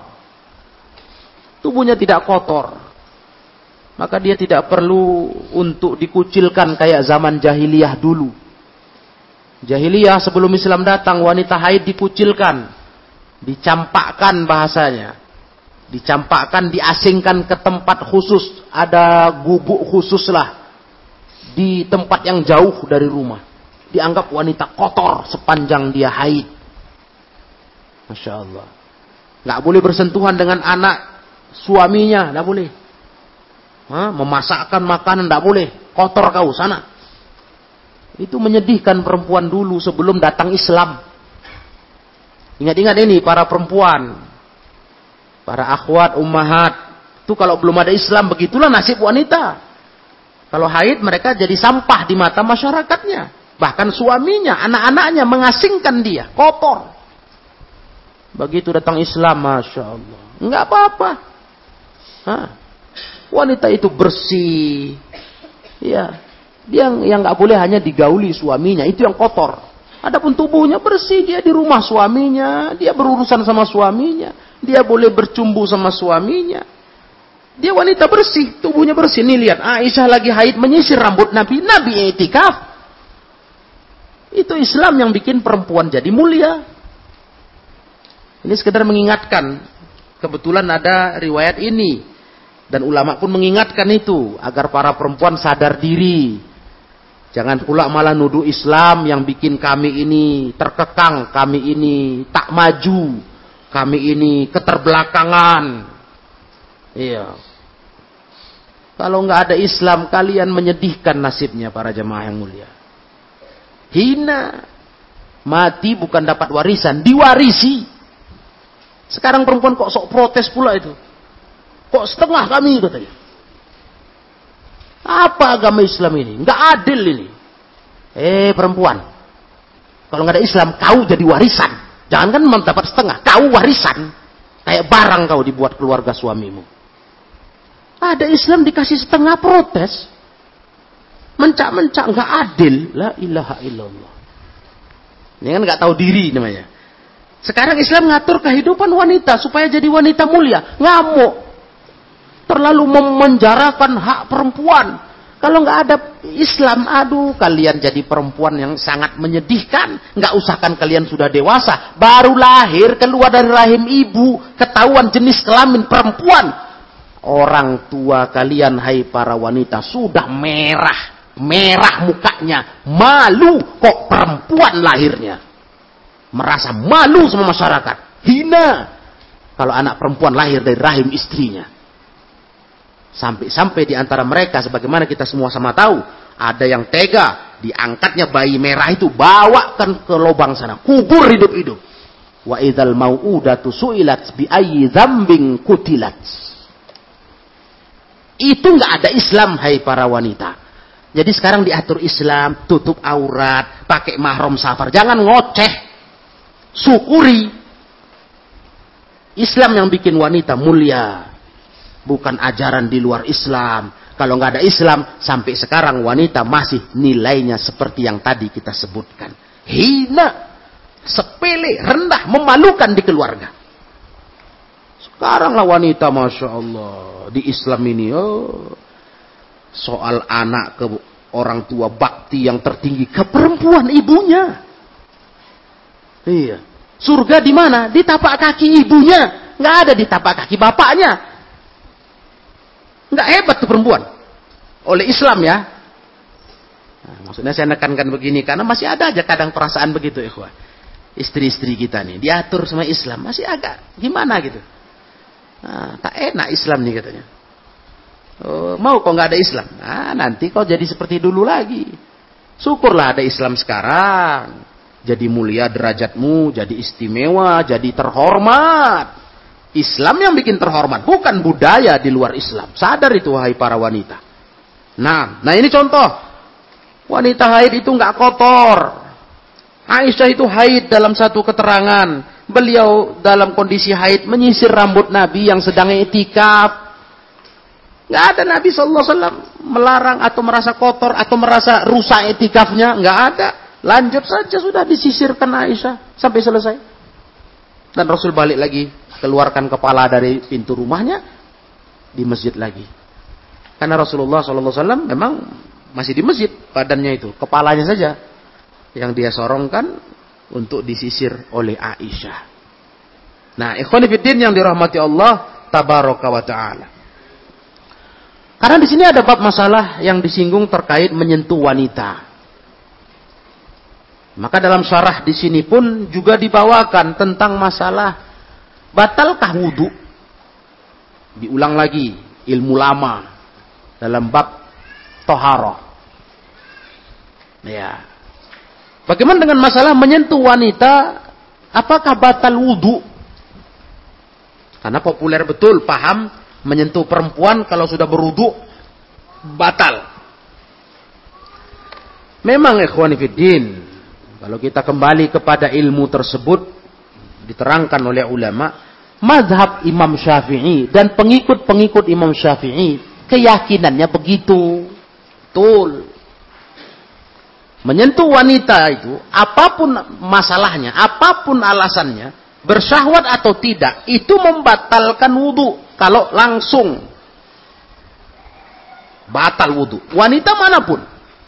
Tubuhnya tidak kotor. Maka dia tidak perlu untuk dikucilkan kayak zaman jahiliyah dulu. Jahiliyah sebelum Islam datang, wanita haid dikucilkan. Dicampakkan bahasanya, dicampakkan, diasingkan ke tempat khusus, ada gubuk khusus lah di tempat yang jauh dari rumah, dianggap wanita kotor sepanjang dia haid. Masya Allah. Nggak boleh bersentuhan dengan anak suaminya, nggak boleh. Hah? Memasakkan makanan nggak boleh, kotor kau sana. Itu menyedihkan perempuan dulu sebelum datang Islam. Ingat-ingat ini para perempuan, para akhwat, ummahat. Itu kalau belum ada Islam, begitulah nasib wanita. Kalau haid mereka jadi sampah di mata masyarakatnya. Bahkan suaminya, anak-anaknya mengasingkan dia, kotor. Begitu datang Islam, Masya Allah. Enggak apa-apa. Hah? Wanita itu bersih. Ya, dia yang enggak boleh hanya digauli suaminya, itu yang kotor. Adapun tubuhnya bersih, dia di rumah suaminya, dia berurusan sama suaminya, dia boleh bercumbu sama suaminya. Dia wanita bersih, tubuhnya bersih. Nih lihat, Aisyah lagi haid menyisir rambut Nabi, Nabi i'tikaf. Itu Islam yang bikin perempuan jadi mulia. Ini sekedar mengingatkan, kebetulan ada riwayat ini. Dan ulama pun mengingatkan itu, agar para perempuan sadar diri. Jangan pula malah nuduh Islam yang bikin kami ini terkekang, kami ini tak maju, kami ini keterbelakangan. Iya. Kalau nggak ada Islam, kalian menyedihkan nasibnya para jemaah yang mulia. Hina. Mati bukan dapat warisan, diwarisi. Sekarang perempuan kok sok protes pula itu. Kok setengah kami katanya. Apa agama Islam ini? Nggak adil ini. Eh perempuan, kalau nggak ada Islam, kau jadi warisan. Jangan kan mendapat setengah, kau warisan. Kayak barang kau dibuat keluarga suamimu. Ada Islam dikasih setengah, protes. Mencak-mencak, nggak adil. La ilaha illallah. Ini kan nggak tahu diri namanya. Sekarang Islam ngatur kehidupan wanita supaya jadi wanita mulia. Ngamuk. Terlalu memenjarakan hak perempuan. Kalau nggak ada Islam, aduh kalian jadi perempuan yang sangat menyedihkan. Nggak usahkan kalian sudah dewasa, baru lahir keluar dari rahim ibu, ketahuan jenis kelamin perempuan. Orang tua kalian, hai para wanita, sudah merah. Merah mukanya, malu kok perempuan lahirnya. Merasa malu sama masyarakat. Hina kalau anak perempuan lahir dari rahim istrinya. Sampai-sampai di antara mereka, sebagaimana kita semua sama tahu, ada yang tega, diangkatnya bayi merah itu, bawakan ke lubang sana, kubur hidup-hidup. Wa idzal mau'udatu su'ilat bi ayyi dzambin qutilat. Itu nggak ada Islam, hai para wanita. Jadi sekarang diatur Islam, tutup aurat, pakai mahram safar. Jangan ngoceh. Syukuri. Islam yang bikin wanita mulia. Bukan ajaran di luar Islam. Kalau nggak ada Islam, sampai sekarang wanita masih nilainya seperti yang tadi kita sebutkan. Hina, sepele, rendah, memalukan di keluarga. Sekaranglah wanita, Masya Allah, di Islam ini, oh, soal anak ke orang tua bakti yang tertinggi ke perempuan ibunya. Iya. Surga di mana? Di tapak kaki ibunya. Nggak ada di tapak kaki bapaknya. Nggak hebat tuh perempuan. Oleh Islam ya. Nah, maksudnya saya nekankan begini karena masih ada aja kadang perasaan begitu, ikhwah. Istri-istri kita nih diatur sama Islam masih agak gimana gitu. Nah, tak enak Islam nih katanya. Oh, mau kok nggak ada Islam? Nah, nanti kau jadi seperti dulu lagi. Syukurlah ada Islam sekarang. Jadi mulia derajatmu, jadi istimewa, jadi terhormat. Islam yang bikin terhormat, bukan budaya di luar Islam. Sadar itu, wahai para wanita. Nah, nah ini contoh. Wanita haid itu nggak kotor. Aisyah itu haid dalam satu keterangan. Beliau dalam kondisi haid menyisir rambut Nabi yang sedang i'tikaf. Nggak ada Nabi shallallahu alaihi wasallam melarang atau merasa kotor atau merasa rusak i'tikafnya. Nggak ada. Lanjut saja sudah disisirkan Aisyah sampai selesai. Dan Rasul balik lagi. Keluarkan kepala dari pintu rumahnya. Di masjid lagi. Karena Rasulullah shallallahu alaihi wasallam memang masih di masjid. Badannya itu. Kepalanya saja. Yang dia sorongkan untuk disisir oleh Aisyah. Nah, ikhwan fillah yang dirahmati Allah tabaraka wa ta'ala. Karena di sini ada bab masalah yang disinggung terkait menyentuh wanita. Maka dalam syarah di sini pun juga dibawakan tentang masalah batalkah wudu. Diulang lagi ilmu lama dalam bab toharoh. Ya. Bagaimana dengan masalah menyentuh wanita, apakah batal wudu? Karena populer betul paham menyentuh perempuan kalau sudah berwudu batal. Memang ikhwani fiddin, kalau kita kembali kepada ilmu tersebut diterangkan oleh ulama, mazhab Imam Syafi'i dan pengikut-pengikut Imam Syafi'i keyakinannya begitu. Betul. Menyentuh wanita itu, apapun masalahnya, apapun alasannya, bersyahwat atau tidak, itu membatalkan wudu. Kalau langsung batal wudu, wanita manapun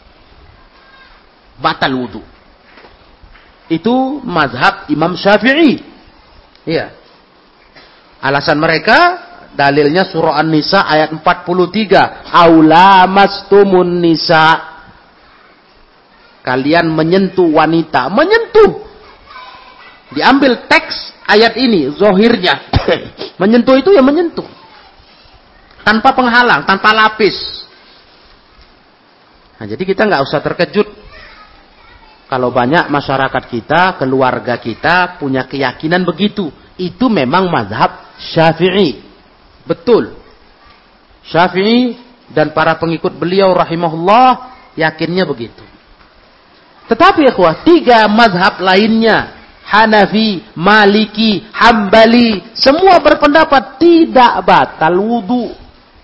batal wudu. Itu mazhab Imam Syafi'i. Iya. Alasan mereka, dalilnya surah An-Nisa ayat empat puluh tiga. Aula mastumun nisa. Kalian menyentuh wanita. Menyentuh. Diambil teks ayat ini, zohirnya. Menyentuh itu ya menyentuh. Tanpa penghalang, tanpa lapis. Nah, jadi kita nggak usah terkejut Kalau banyak masyarakat kita, keluarga kita punya keyakinan begitu. Itu memang mazhab Syafi'i. Betul. Syafi'i dan para pengikut beliau rahimahullah yakinnya begitu. Tetapi ikhwah, tiga mazhab lainnya, Hanafi, Maliki, Hambali, semua berpendapat tidak batal wudu.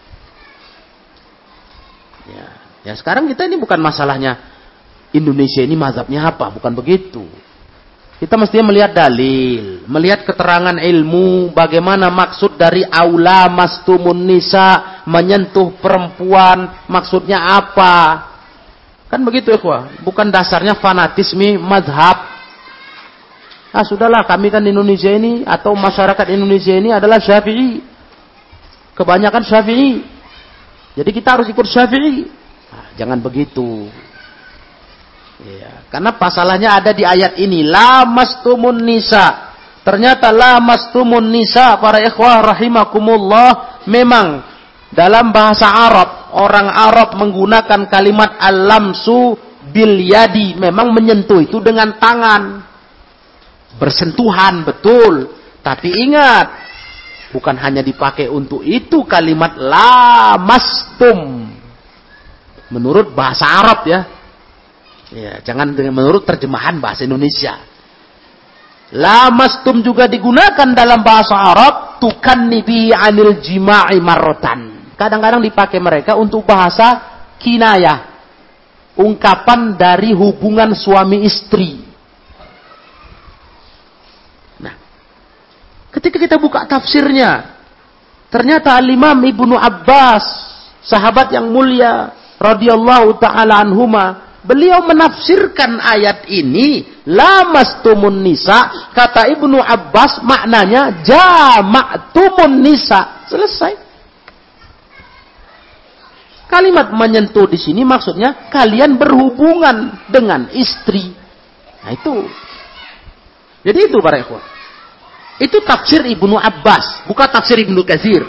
Ya, ya sekarang kita ini bukan masalahnya Indonesia ini mazhabnya apa, bukan begitu. Kita mestinya melihat dalil, melihat keterangan ilmu, bagaimana maksud dari aula mastumun nisa, menyentuh perempuan, maksudnya apa. Kan begitu ikhwah, bukan dasarnya fanatisme mazhab. Ah sudahlah, kami kan di Indonesia ini, atau masyarakat Indonesia ini adalah Syafi'i. Kebanyakan Syafi'i. Jadi kita harus ikut Syafi'i. Nah, jangan begitu. Ya, karena pasalahnya ada di ayat ini, lamastumun nisa. Ternyata lamastumun nisa, para ikhwah rahimakumullah, memang dalam bahasa Arab, orang Arab menggunakan kalimat al-lamsu bil yadi, memang menyentuh itu dengan tangan. Bersentuhan, betul. Tapi ingat, bukan hanya dipakai untuk itu kalimat lamastum. Menurut bahasa Arab ya. Ya, jangan dengan menurut terjemahan bahasa Indonesia. Lamastum juga digunakan dalam bahasa Arab tukanni bi anil jima'i marrotan. Kadang-kadang dipakai mereka untuk bahasa kinayah. Ungkapan dari hubungan suami istri. Nah, ketika kita buka tafsirnya, ternyata Al-Imam Ibnu Abbas, sahabat yang mulia radhiyallahu taala anhuma, beliau menafsirkan ayat ini, lamastumun nisa, kata Ibnu Abbas maknanya jama'tumun nisa. Selesai. Kalimat menyentuh di sini maksudnya kalian berhubungan dengan istri. Nah itu. Jadi itu para ikhwan. Itu tafsir Ibnu Abbas, bukan tafsir Ibnu Katsir.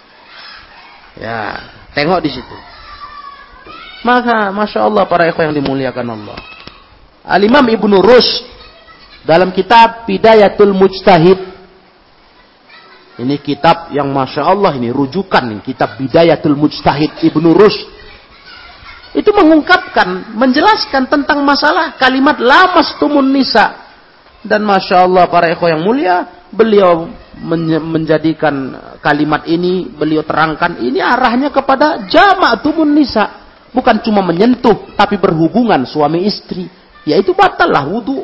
Ya, tengok di situ. Maka Masya Allah para ikhwan yang dimuliakan Allah, Al-Imam Ibnu Rushd dalam kitab Bidayatul Mujtahid, ini kitab yang Masya Allah ini rujukan nih, kitab Bidayatul Mujtahid Ibnu Rushd, itu mengungkapkan, menjelaskan tentang masalah kalimat lamastumun nisa. Dan Masya Allah para ikhwan yang mulia, beliau menjadikan kalimat ini, beliau terangkan ini arahnya kepada jama'tumun nisa. Bukan cuma menyentuh, tapi berhubungan suami istri. Yaitu batallah wudu.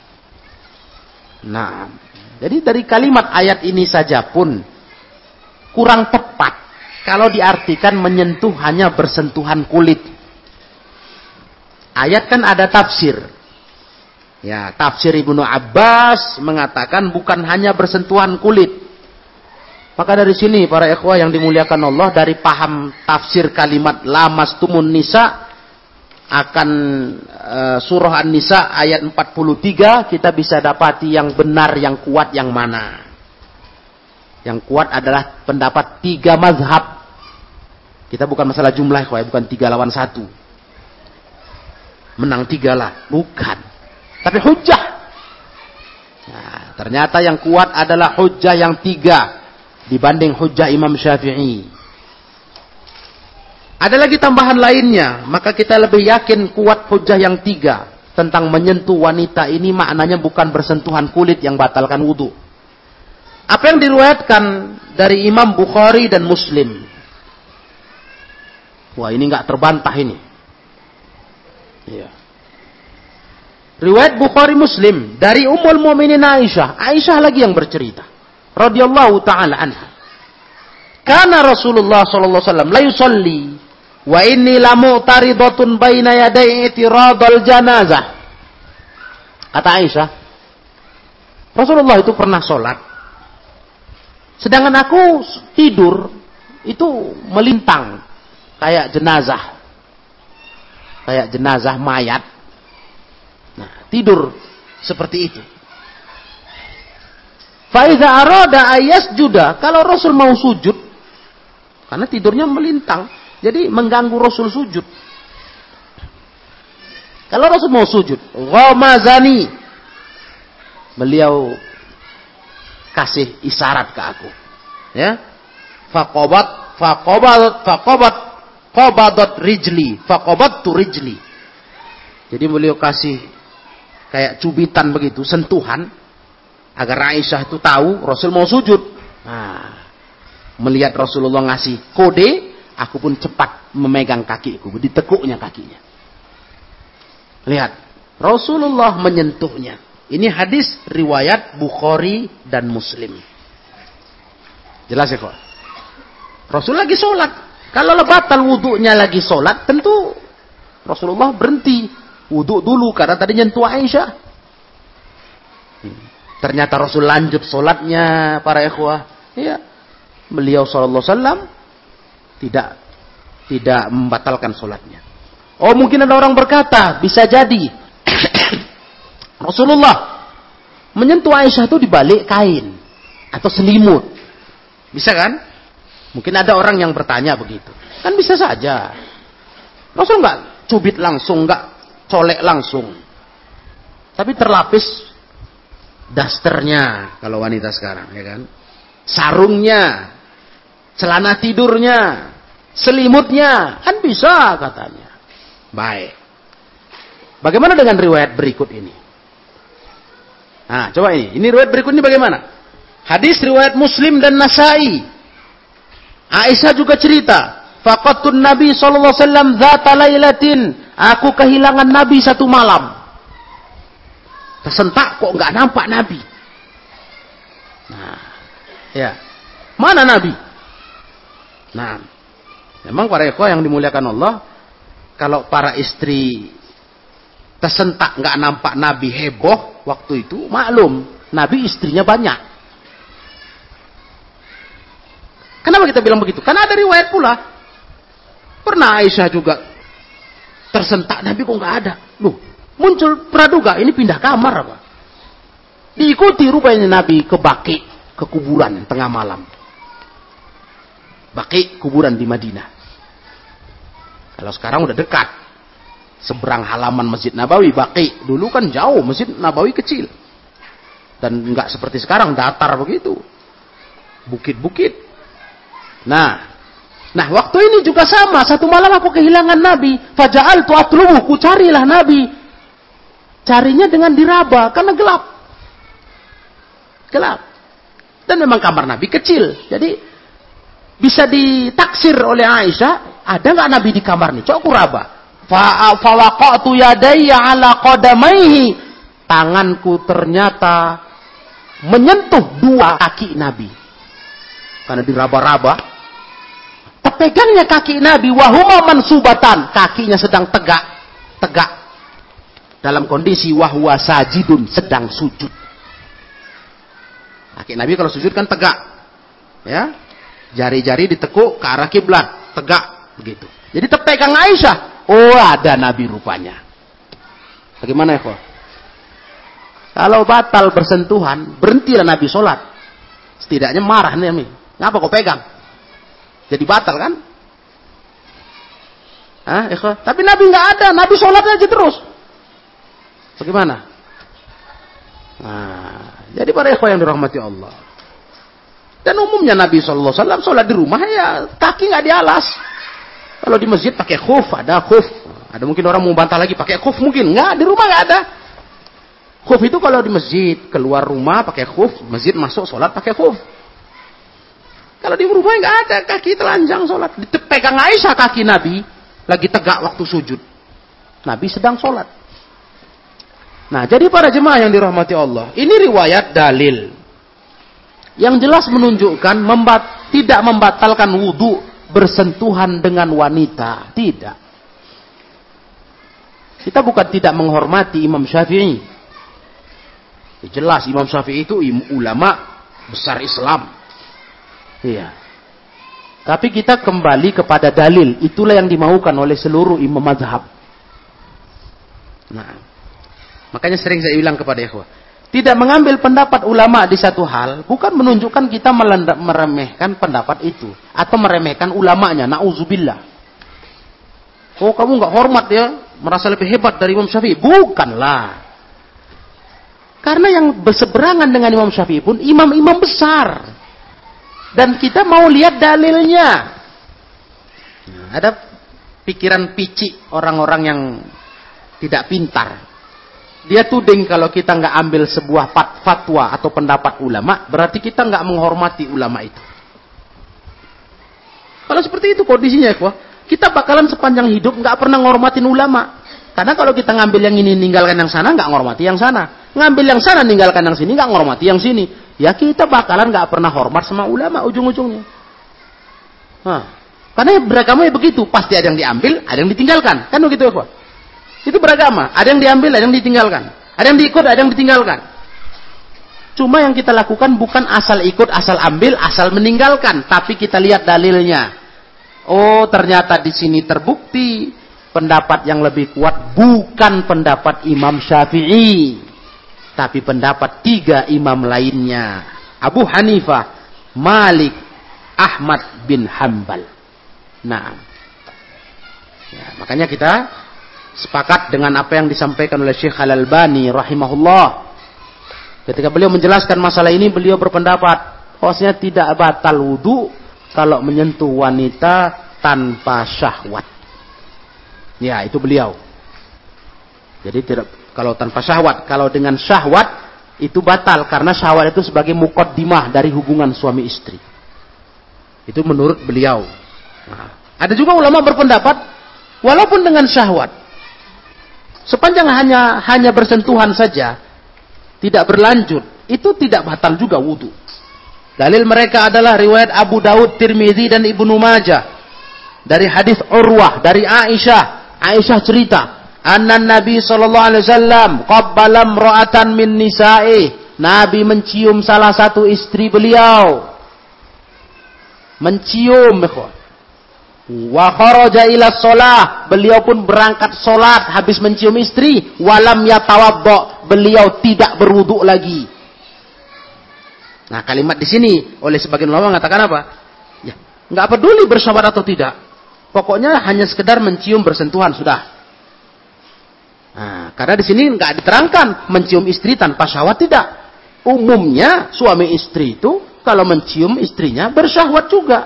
Nah, jadi dari kalimat ayat ini saja pun kurang tepat kalau diartikan menyentuh hanya bersentuhan kulit. Ayat kan ada tafsir. Ya, tafsir Ibnu Abbas mengatakan bukan hanya bersentuhan kulit. Maka dari sini para ikhwah yang dimuliakan Allah, dari paham tafsir kalimat lamastumun nisa akan uh, surah An-Nisa ayat empat puluh tiga, kita bisa dapati yang benar, yang kuat yang mana. Yang kuat adalah pendapat tiga mazhab. Kita bukan masalah jumlah ikhwah, bukan tiga lawan satu. Menang tiga lah, bukan. Tapi hujjah. Nah, ternyata yang kuat adalah hujjah yang tiga dibanding hujjah Imam Syafi'i. Ada lagi tambahan lainnya, maka kita lebih yakin kuat hujjah yang tiga tentang menyentuh wanita ini maknanya bukan bersentuhan kulit yang batalkan wudu. Apa yang diriwayatkan dari Imam Bukhari dan Muslim. Wah, ini nggak terbantah ini. Iya. Riwayat Bukhari Muslim dari Ummul Mukminin Aisyah. Aisyah lagi yang bercerita radhiyallahu ta'ala anha. Kana Rasulullah sallallahu alaihi wasallam la yusalli wa inni la mu'taridatun baina yaday i'tiradul janazah. Kata Aisyah, Rasulullah itu pernah sholat, sedangkan aku tidur itu melintang kayak jenazah. Kayak jenazah mayat. Nah, tidur seperti itu. Faiza arada ayas juda, kalau Rasul mau sujud, karena tidurnya melintang, jadi mengganggu Rasul sujud. Kalau Rasul mau sujud, ghamazani, beliau kasih isyarat ke aku. Ya. Faqabat, faqabat, faqabat, qabadat rijli, faqabattu rijli. Jadi beliau kasih kayak cubitan begitu, sentuhan, agar Aisyah itu tahu Rasul mau sujud. Nah, melihat Rasulullah ngasih kode, aku pun cepat memegang kakiku, ditekuknya kakinya. Lihat, Rasulullah menyentuhnya. Ini hadis riwayat Bukhari dan Muslim. Jelas ya kok? Rasul lagi sholat. Kalau batal wudhunya lagi sholat, tentu Rasulullah berhenti wudhu dulu karena tadi nyentuh Aisyah. Ternyata Rasul lanjut sholatnya, para ikhwah. Ya, beliau sallallahu alaihi wasallam tidak tidak membatalkan sholatnya. Oh, mungkin ada orang berkata, bisa jadi Rasulullah menyentuh Aisyah itu di balik kain atau selimut. Bisa kan? Mungkin ada orang yang bertanya begitu. Kan bisa saja. Rasul nggak cubit langsung, nggak colek langsung. Tapi terlapis dasternya kalau wanita sekarang, ya kan? Sarungnya, celana tidurnya, selimutnya, kan bisa katanya. Baik. Bagaimana dengan riwayat berikut ini? Nah, coba ini. Ini riwayat berikut ini bagaimana? Hadis riwayat Muslim dan Nasai. Aisyah juga cerita, faqattun Nabi sallallahu alaihi wasallam dzata lailatin. Aku kehilangan Nabi satu malam. Tersentak kok enggak nampak Nabi. Nah, ya. Mana Nabi? Nah, memang para ikhwah yang dimuliakan Allah, kalau para istri tersentak enggak nampak Nabi heboh waktu itu, maklum, Nabi istrinya banyak. Kenapa kita bilang begitu? Karena ada riwayat pula. Pernah Aisyah juga tersentak, Nabi kok nggak ada. Loh, muncul praduga, ini pindah kamar apa? Diikuti rupanya Nabi ke Baqi, ke kuburan tengah malam. Baqi, kuburan di Madinah. Kalau sekarang udah dekat. Seberang halaman Masjid Nabawi, Baqi. Dulu kan jauh, Masjid Nabawi kecil. Dan nggak seperti sekarang, datar begitu. Bukit-bukit. Nah, nah waktu ini juga sama. Satu malam aku kehilangan Nabi. Faja'altu atlubu, ku carilah Nabi. Carinya dengan diraba, karena gelap. Gelap. Dan memang kamar Nabi kecil. Jadi, bisa ditaksir oleh Aisyah, ada nggak Nabi di kamar nih? Coba aku raba. Fawaqatu yadayya ala qadamaihi. Tanganku ternyata menyentuh dua kaki Nabi. Karena diraba-raba. Terpegangnya kaki Nabi, wahuma mansubatan, kakinya sedang tegak, tegak dalam kondisi wahwa sajidun, sedang sujud. Kaki Nabi kalau sujud kan tegak, ya, jari-jari ditekuk ke arah kiblat, tegak begitu. Jadi terpegang Aisyah, oh ada Nabi rupanya. Bagaimana ya kok? Kalau batal bersentuhan, berhentilah Nabi sholat. Setidaknya marah nih Nabi. Ngapa kau pegang? Jadi batal kan? Hah, ikhwah? Tapi Nabi nggak ada, Nabi sholat aja terus. Bagaimana? Nah, jadi para ikhwah yang dirahmati Allah. Dan umumnya Nabi shallallahu alaihi wasallam sholat di rumah ya kaki nggak dialas. Kalau di masjid pakai khuf, ada khuf. Ada mungkin orang mau bantah lagi pakai khuf mungkin nggak, di rumah nggak ada. Khuf itu kalau di masjid, keluar rumah pakai khuf, masjid masuk sholat pakai khuf. Kalau di rumah nggak ada, kaki telanjang sholat. Dipegang Aisyah kaki Nabi, lagi tegak waktu sujud. Nabi sedang sholat. Nah, jadi para jemaah yang dirahmati Allah, ini riwayat dalil. Yang jelas menunjukkan membat, tidak membatalkan wudhu bersentuhan dengan wanita. Tidak. Kita bukan tidak menghormati Imam Syafi'i. Jelas Imam Syafi'i itu ulama besar Islam. Iya. Tapi kita kembali kepada dalil. Itulah yang dimaukan oleh seluruh imam mazhab. Nah, makanya sering saya bilang kepada ikhwah, tidak mengambil pendapat ulama di satu hal bukan menunjukkan kita meremehkan pendapat itu atau meremehkan ulamanya. Nauzubillah. Oh kamu nggak hormat ya, merasa lebih hebat dari Imam Syafi'i. Bukanlah. Karena yang berseberangan dengan Imam Syafi'i pun imam-imam besar. Dan kita mau lihat dalilnya. Nah, ada pikiran picik orang-orang yang tidak pintar. Dia tuding kalau kita nggak ambil sebuah fatwa atau pendapat ulama, berarti kita nggak menghormati ulama itu. Kalau seperti itu kondisinya, ya, kita bakalan sepanjang hidup nggak pernah menghormatin ulama. Karena kalau kita ngambil yang ini, ninggalkan yang sana, nggak menghormati yang sana. Ngambil yang sana, ninggalkan yang sini, nggak menghormati yang sini. Ya kita bakalan nggak pernah hormat sama ulama ujung-ujungnya. Nah, karena beragama begitu, pasti ada yang diambil, ada yang ditinggalkan. Kan begitu, ya, itu beragama. Ada yang diambil, ada yang ditinggalkan. Ada yang diikut, ada yang ditinggalkan. Cuma yang kita lakukan bukan asal ikut, asal ambil, asal meninggalkan. Tapi kita lihat dalilnya. Oh, ternyata di sini terbukti pendapat yang lebih kuat bukan pendapat Imam Syafi'i. Tapi pendapat tiga imam lainnya. Abu Hanifah, Malik, Ahmad bin Hanbal. Nah, ya, makanya kita sepakat dengan apa yang disampaikan oleh Syekh Al-Albani rahimahullah. Ketika beliau menjelaskan masalah ini, beliau berpendapat bahwasanya tidak batal wudu kalau menyentuh wanita tanpa syahwat. Ya, itu beliau. Jadi tidak kalau tanpa syahwat, kalau dengan syahwat itu batal karena syahwat itu sebagai muqaddimah dari hubungan suami istri. Itu menurut beliau. Nah, ada juga ulama berpendapat walaupun dengan syahwat, sepanjang hanya hanya bersentuhan saja, tidak berlanjut, itu tidak batal juga wudu. Dalil mereka adalah riwayat Abu Daud, Tirmidzi dan Ibnu Majah dari hadis Urwah dari Aisyah. Aisyah cerita, anna Nabi sallallahu alaihi wasallam qabbala imra'atan min nisa'i. Nabi mencium salah satu istri beliau. Mencium, wa kharaja ila shalah, beliau pun berangkat salat habis mencium istri, walam yatawaddo, beliau tidak berwudu lagi. Nah, kalimat di sini oleh sebagian ulama mengatakan apa? Ya, enggak peduli bersyahwat atau tidak. Pokoknya hanya sekedar mencium bersentuhan sudah. Nah, karena di sini enggak diterangkan mencium istri tanpa syahwat tidak. Umumnya suami istri itu kalau mencium istrinya bersyahwat juga.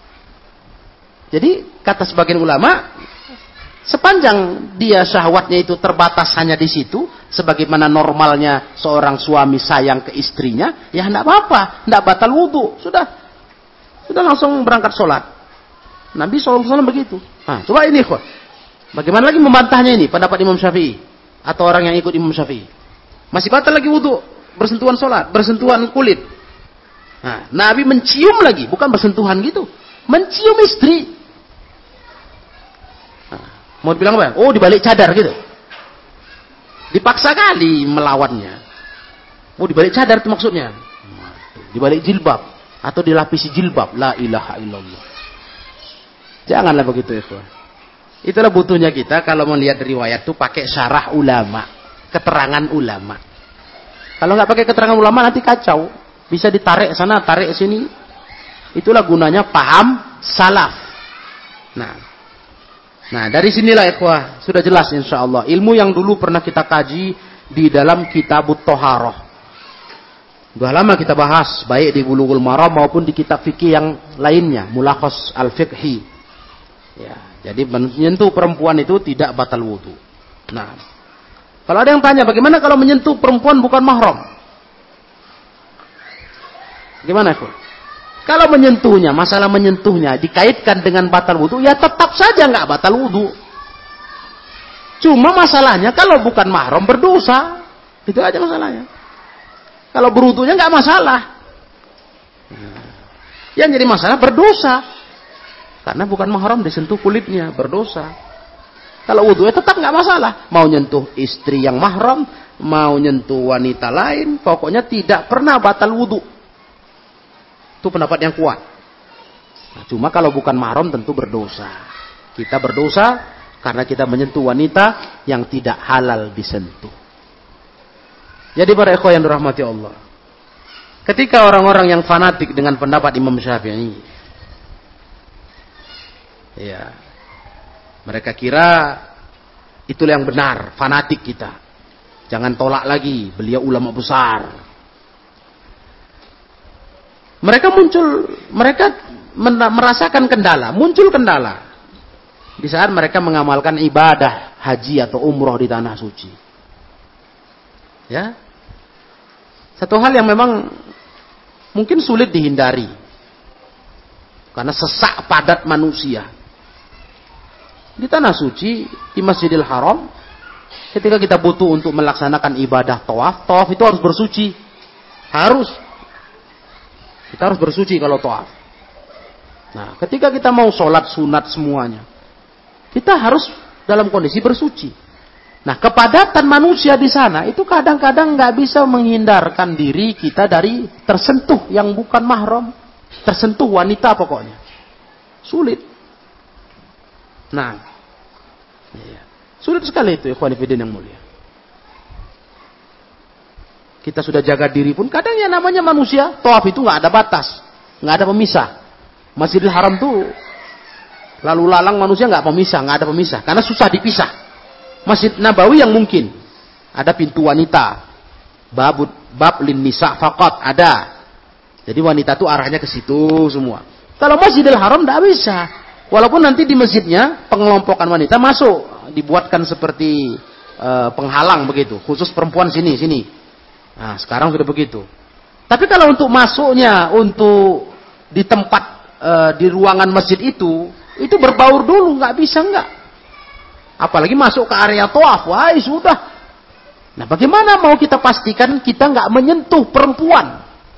Jadi kata sebagian ulama, sepanjang dia syahwatnya itu terbatas hanya di situ, sebagaimana normalnya seorang suami sayang ke istrinya, ya enggak apa-apa, enggak batal wudu, sudah, sudah langsung berangkat sholat. Nabi shallallahu alaihi wasallam begitu. Nah, coba ini, kok, bagaimana lagi membantahnya ini pendapat Imam Syafi'i atau orang yang ikut Imam Syafi'i? Masih batal lagi wudu, bersentuhan sholat, bersentuhan kulit. Nah, Nabi mencium lagi, bukan bersentuhan gitu, mencium istri. Mau dibilang apa? Oh, dibalik cadar gitu. Dipaksa kali melawannya. Oh, dibalik cadar itu maksudnya. Dibalik jilbab. Atau dilapisi jilbab. La ilaha illallah. Janganlah begitu, ikhwan. Itulah butuhnya kita kalau melihat riwayat itu pakai syarah ulama. Keterangan ulama. Kalau nggak pakai keterangan ulama nanti kacau. Bisa ditarik sana, tarik sini. Itulah gunanya paham salaf. Nah. Nah, dari sinilah ikhwah, sudah jelas insyaallah ilmu yang dulu pernah kita kaji di dalam Kitabut Thaharah. Sudah lama kita bahas baik di Bulughul Maram maupun di kitab fikih yang lainnya, Mulakhas Al-Fiqhi. Ya, jadi menyentuh perempuan itu tidak batal wudu. Nah, kalau ada yang tanya bagaimana kalau menyentuh perempuan bukan mahram? Gimana, ikhwah? Kalau menyentuhnya, masalah menyentuhnya dikaitkan dengan batal wudu, ya tetap saja nggak batal wudu. Cuma masalahnya kalau bukan mahram berdosa, itu aja masalahnya. Kalau berwudunya nggak masalah. Yang jadi masalah berdosa, karena bukan mahram disentuh kulitnya berdosa. Kalau wudunya tetap nggak masalah. Mau nyentuh istri yang mahram, mau nyentuh wanita lain, pokoknya tidak pernah batal wudu. Itu pendapat yang kuat. Nah, cuma kalau bukan mahram tentu berdosa. Kita berdosa karena kita menyentuh wanita yang tidak halal disentuh. Jadi para ikhwan yang dirahmati Allah, ketika orang-orang yang fanatik dengan pendapat Imam Syafi'i, ya, Mereka kira itulah yang benar, fanatik kita. Jangan tolak lagi, beliau ulama besar. Mereka muncul, mereka merasakan kendala, muncul kendala. Di saat mereka mengamalkan ibadah haji atau umroh di tanah suci. Ya. Satu hal yang memang mungkin sulit dihindari. Karena sesak padat manusia. Di tanah suci, di Masjidil Haram, ketika kita butuh untuk melaksanakan ibadah tawaf, tawaf itu harus bersuci. Harus. Kita harus bersuci kalau tawaf. Nah, ketika kita mau sholat sunat semuanya, kita harus dalam kondisi bersuci. Nah, kepadatan manusia di sana itu kadang-kadang nggak bisa menghindarkan diri kita dari tersentuh yang bukan mahram, tersentuh wanita pokoknya. Sulit. Nah, ya. Sulit sekali itu, ikhwan fillah yang mulia. Kita sudah jaga diri pun, kadang yang namanya manusia, tawaf itu nggak ada batas, nggak ada pemisah. Masjidil Haram tuh lalu lalang manusia nggak pemisah, nggak ada pemisah, karena susah dipisah. Masjid Nabawi yang mungkin ada pintu wanita, bab bab lin nisa faqat ada. Jadi wanita tuh arahnya ke situ semua. Kalau Masjidil Haram nggak bisa. Walaupun nanti di masjidnya pengelompokan wanita masuk, dibuatkan seperti e, penghalang begitu, khusus perempuan sini sini. Nah, sekarang sudah begitu. Tapi kalau untuk masuknya, untuk di tempat e, di ruangan masjid itu, itu berbaur dulu, nggak bisa nggak. Apalagi masuk ke area tawaf, wah sudah. Nah, bagaimana mau kita pastikan kita nggak menyentuh perempuan?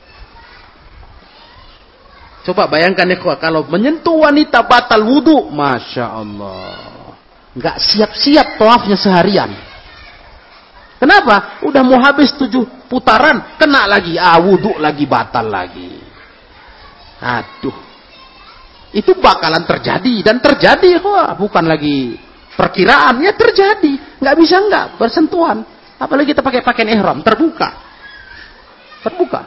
Coba bayangkan ikhwah, kalau menyentuh wanita batal wudu, masya Allah, nggak siap-siap tawafnya seharian. Kenapa? Udah mau habis tujuh putaran, kena lagi, ah wudu lagi batal lagi. Aduh, itu bakalan terjadi dan terjadi ikhwah, bukan lagi perkiraan, ya terjadi, nggak bisa nggak bersentuhan. Apalagi kita pakai pakaian ihram terbuka, terbuka.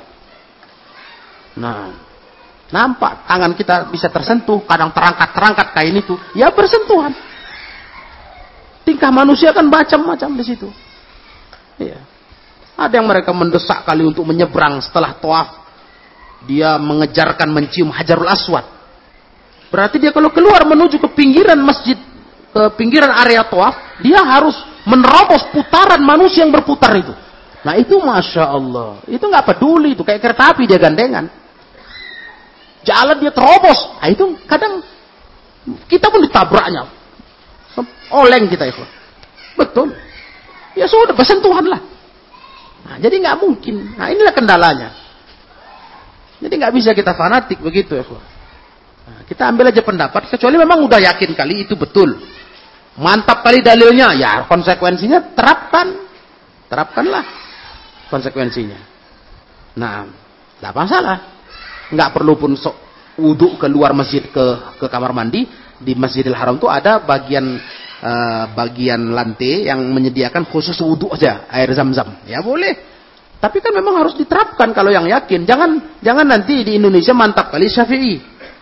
Nah. Nampak tangan kita bisa tersentuh, kadang terangkat-terangkat kain itu, ya bersentuhan. Tingkah manusia kan macam-macam di situ. Iya. Ada yang mereka mendesak kali untuk menyeberang setelah tawaf, dia mengejarkan mencium Hajarul Aswad. Berarti dia kalau keluar menuju ke pinggiran masjid, ke pinggiran area tawaf, dia harus menerobos putaran manusia yang berputar itu. Nah itu masya Allah, itu nggak peduli, itu kayak kereta api dia gandengan. Jalan dia terobos. Nah, itu kadang kita pun ditabraknya. Oleng kita itu. Betul. Ya sudah bersentuhan lah. Nah, jadi nggak mungkin. Nah inilah kendalanya. Jadi nggak bisa kita fanatik begitu ya. Nah, kita ambil aja pendapat. Kecuali memang udah yakin kali itu betul. Mantap kali dalilnya. Ya konsekuensinya terapkan. Terapkanlah konsekuensinya. Nah, nggak masalah. Nggak perlu pun sok wudhu keluar masjid ke ke kamar mandi. Di Masjidil Haram itu ada bagian uh, bagian lantai yang menyediakan khusus wudhu aja, air zam-zam. Ya boleh. Tapi kan memang harus diterapkan kalau yang yakin. Jangan jangan nanti di Indonesia mantap kali Syafi'i.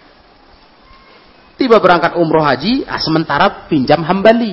Tiba berangkat umroh haji, ah, sementara pinjam Hambali.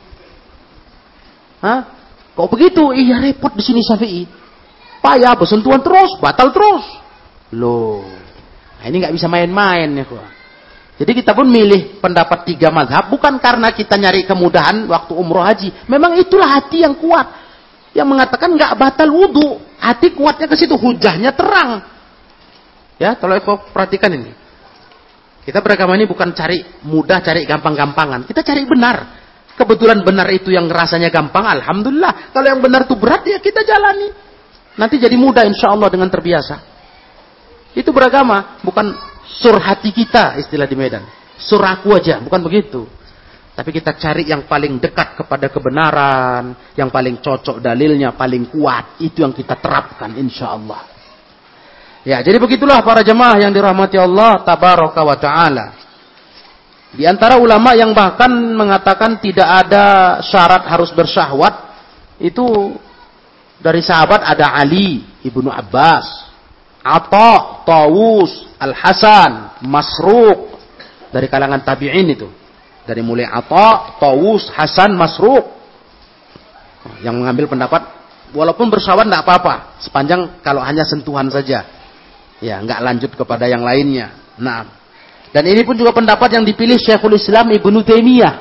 Hah? Kok begitu? Iya repot di sini Syafi'i. Payah bersentuhan terus, batal terus. Loh. Nah, ini nggak bisa main-main ya, Pak. Jadi kita pun milih pendapat tiga mazhab bukan karena kita nyari kemudahan waktu umroh haji. Memang itulah hati yang kuat, yang mengatakan nggak batal wudhu. Hati kuatnya ke situ, hujahnya terang. Ya, kalau kau perhatikan ini, kita beragama ini bukan cari mudah, cari gampang-gampangan. Kita cari benar. Kebetulan benar itu yang rasanya gampang, alhamdulillah. Kalau yang benar itu berat, ya kita jalani. Nanti jadi mudah, insya Allah dengan terbiasa. Itu beragama, bukan sur hati kita, istilah di Medan. Sur aku aja, bukan begitu. Tapi kita cari yang paling dekat kepada kebenaran, yang paling cocok dalilnya, paling kuat. Itu yang kita terapkan, insya Allah. Ya, jadi begitulah para jemaah yang dirahmati Allah tabaraka wa ta'ala. Di antara ulama yang bahkan mengatakan tidak ada syarat harus bersyahwat, itu dari sahabat ada Ali ibnu Abbas, Atha, Tawus, Al-Hasan, Masruq, dari kalangan tabi'in itu. Dari mulai Atha, Tawus, Hasan, Masruq. Yang mengambil pendapat, walaupun bersyahwat tidak apa-apa. Sepanjang kalau hanya sentuhan saja. Ya, nggak lanjut kepada yang lainnya. Nah, dan ini pun juga pendapat yang dipilih Syekhul Islam Ibnu Taimiyah.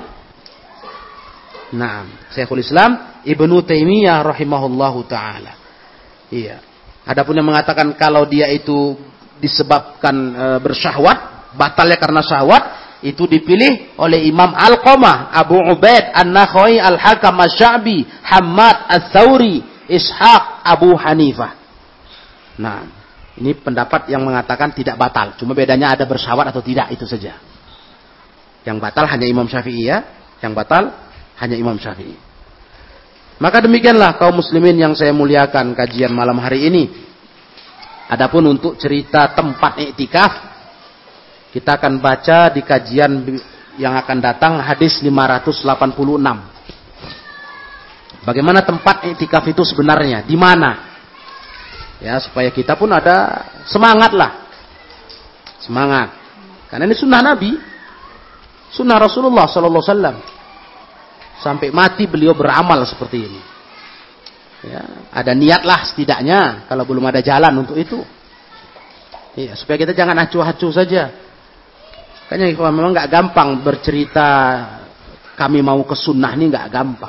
Nah, Syekhul Islam Ibnu Taimiyah rahimahullahu ta'ala. Iya. Adapun yang mengatakan kalau dia itu disebabkan e, bersyahwat, batalnya karena syahwat, itu dipilih oleh Imam Alqamah, Abu Ubaid, An-Nakhai, Al-Hakam, Asy-Sya'bi, Hammad, Ats-Tsauri, Ishaq, Abu Hanifah. Nah, ini pendapat yang mengatakan tidak batal. Cuma bedanya ada bersyahwat atau tidak, itu saja. Yang batal hanya Imam Syafi'i ya. Yang batal hanya Imam Syafi'i. Maka demikianlah kaum muslimin yang saya muliakan kajian malam hari ini. Adapun untuk cerita tempat iktikaf, kita akan baca di kajian yang akan datang hadis lima ratus delapan puluh enam. Bagaimana tempat iktikaf itu sebenarnya? Di mana? Ya, supaya kita pun ada semangat lah. Semangat. Karena ini sunnah Nabi. Sunnah Rasulullah sallallahu alaihi wasallam. Sampai mati beliau beramal seperti ini. Ya, ada niatlah setidaknya kalau belum ada jalan untuk itu. Ya, supaya kita jangan acuh-acuh saja. Kayaknya memang nggak gampang bercerita kami mau ke sunnah ini nggak gampang.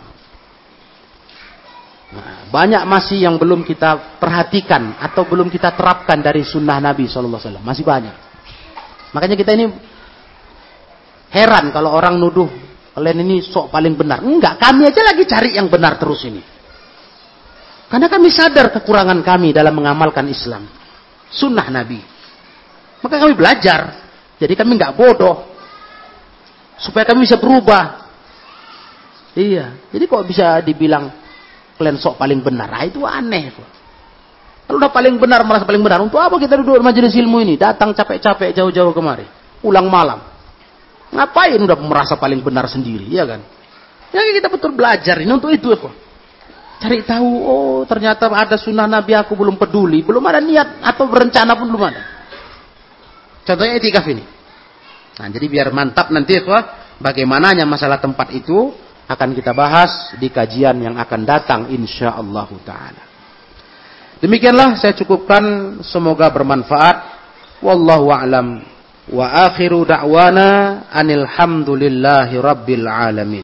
Nah, banyak masih yang belum kita perhatikan atau belum kita terapkan dari sunnah Nabi shallallahu alaihi wasallam. Masih banyak. Makanya kita ini heran kalau orang nuduh kalian ini sok paling benar. Enggak, kami aja lagi cari yang benar terus ini. Karena kami sadar kekurangan kami dalam mengamalkan Islam. Sunnah Nabi. Maka kami belajar. Jadi kami enggak bodoh. Supaya kami bisa berubah. Iya. Jadi kok bisa dibilang kalian sok paling benar? Nah, itu aneh. Kalau udah paling benar, merasa paling benar. Untuk apa kita duduk di majelis ilmu ini? Datang capek-capek jauh-jauh kemari. Ulang malam. Ngapain udah merasa paling benar sendiri, ya kan? Ya kita betul belajar ini untuk itu kok. Cari tahu, oh ternyata ada sunnah Nabi aku belum peduli, belum ada niat atau berencana pun belum ada. Contohnya iktikaf ini. Nah, jadi biar mantap nanti kok bagaimananya masalah tempat itu akan kita bahas di kajian yang akan datang insyaallah taala. Demikianlah saya cukupkan, semoga bermanfaat. Wallahu a'lam. Wa akhiru da'wana anil hamdulillahi rabbil alamin.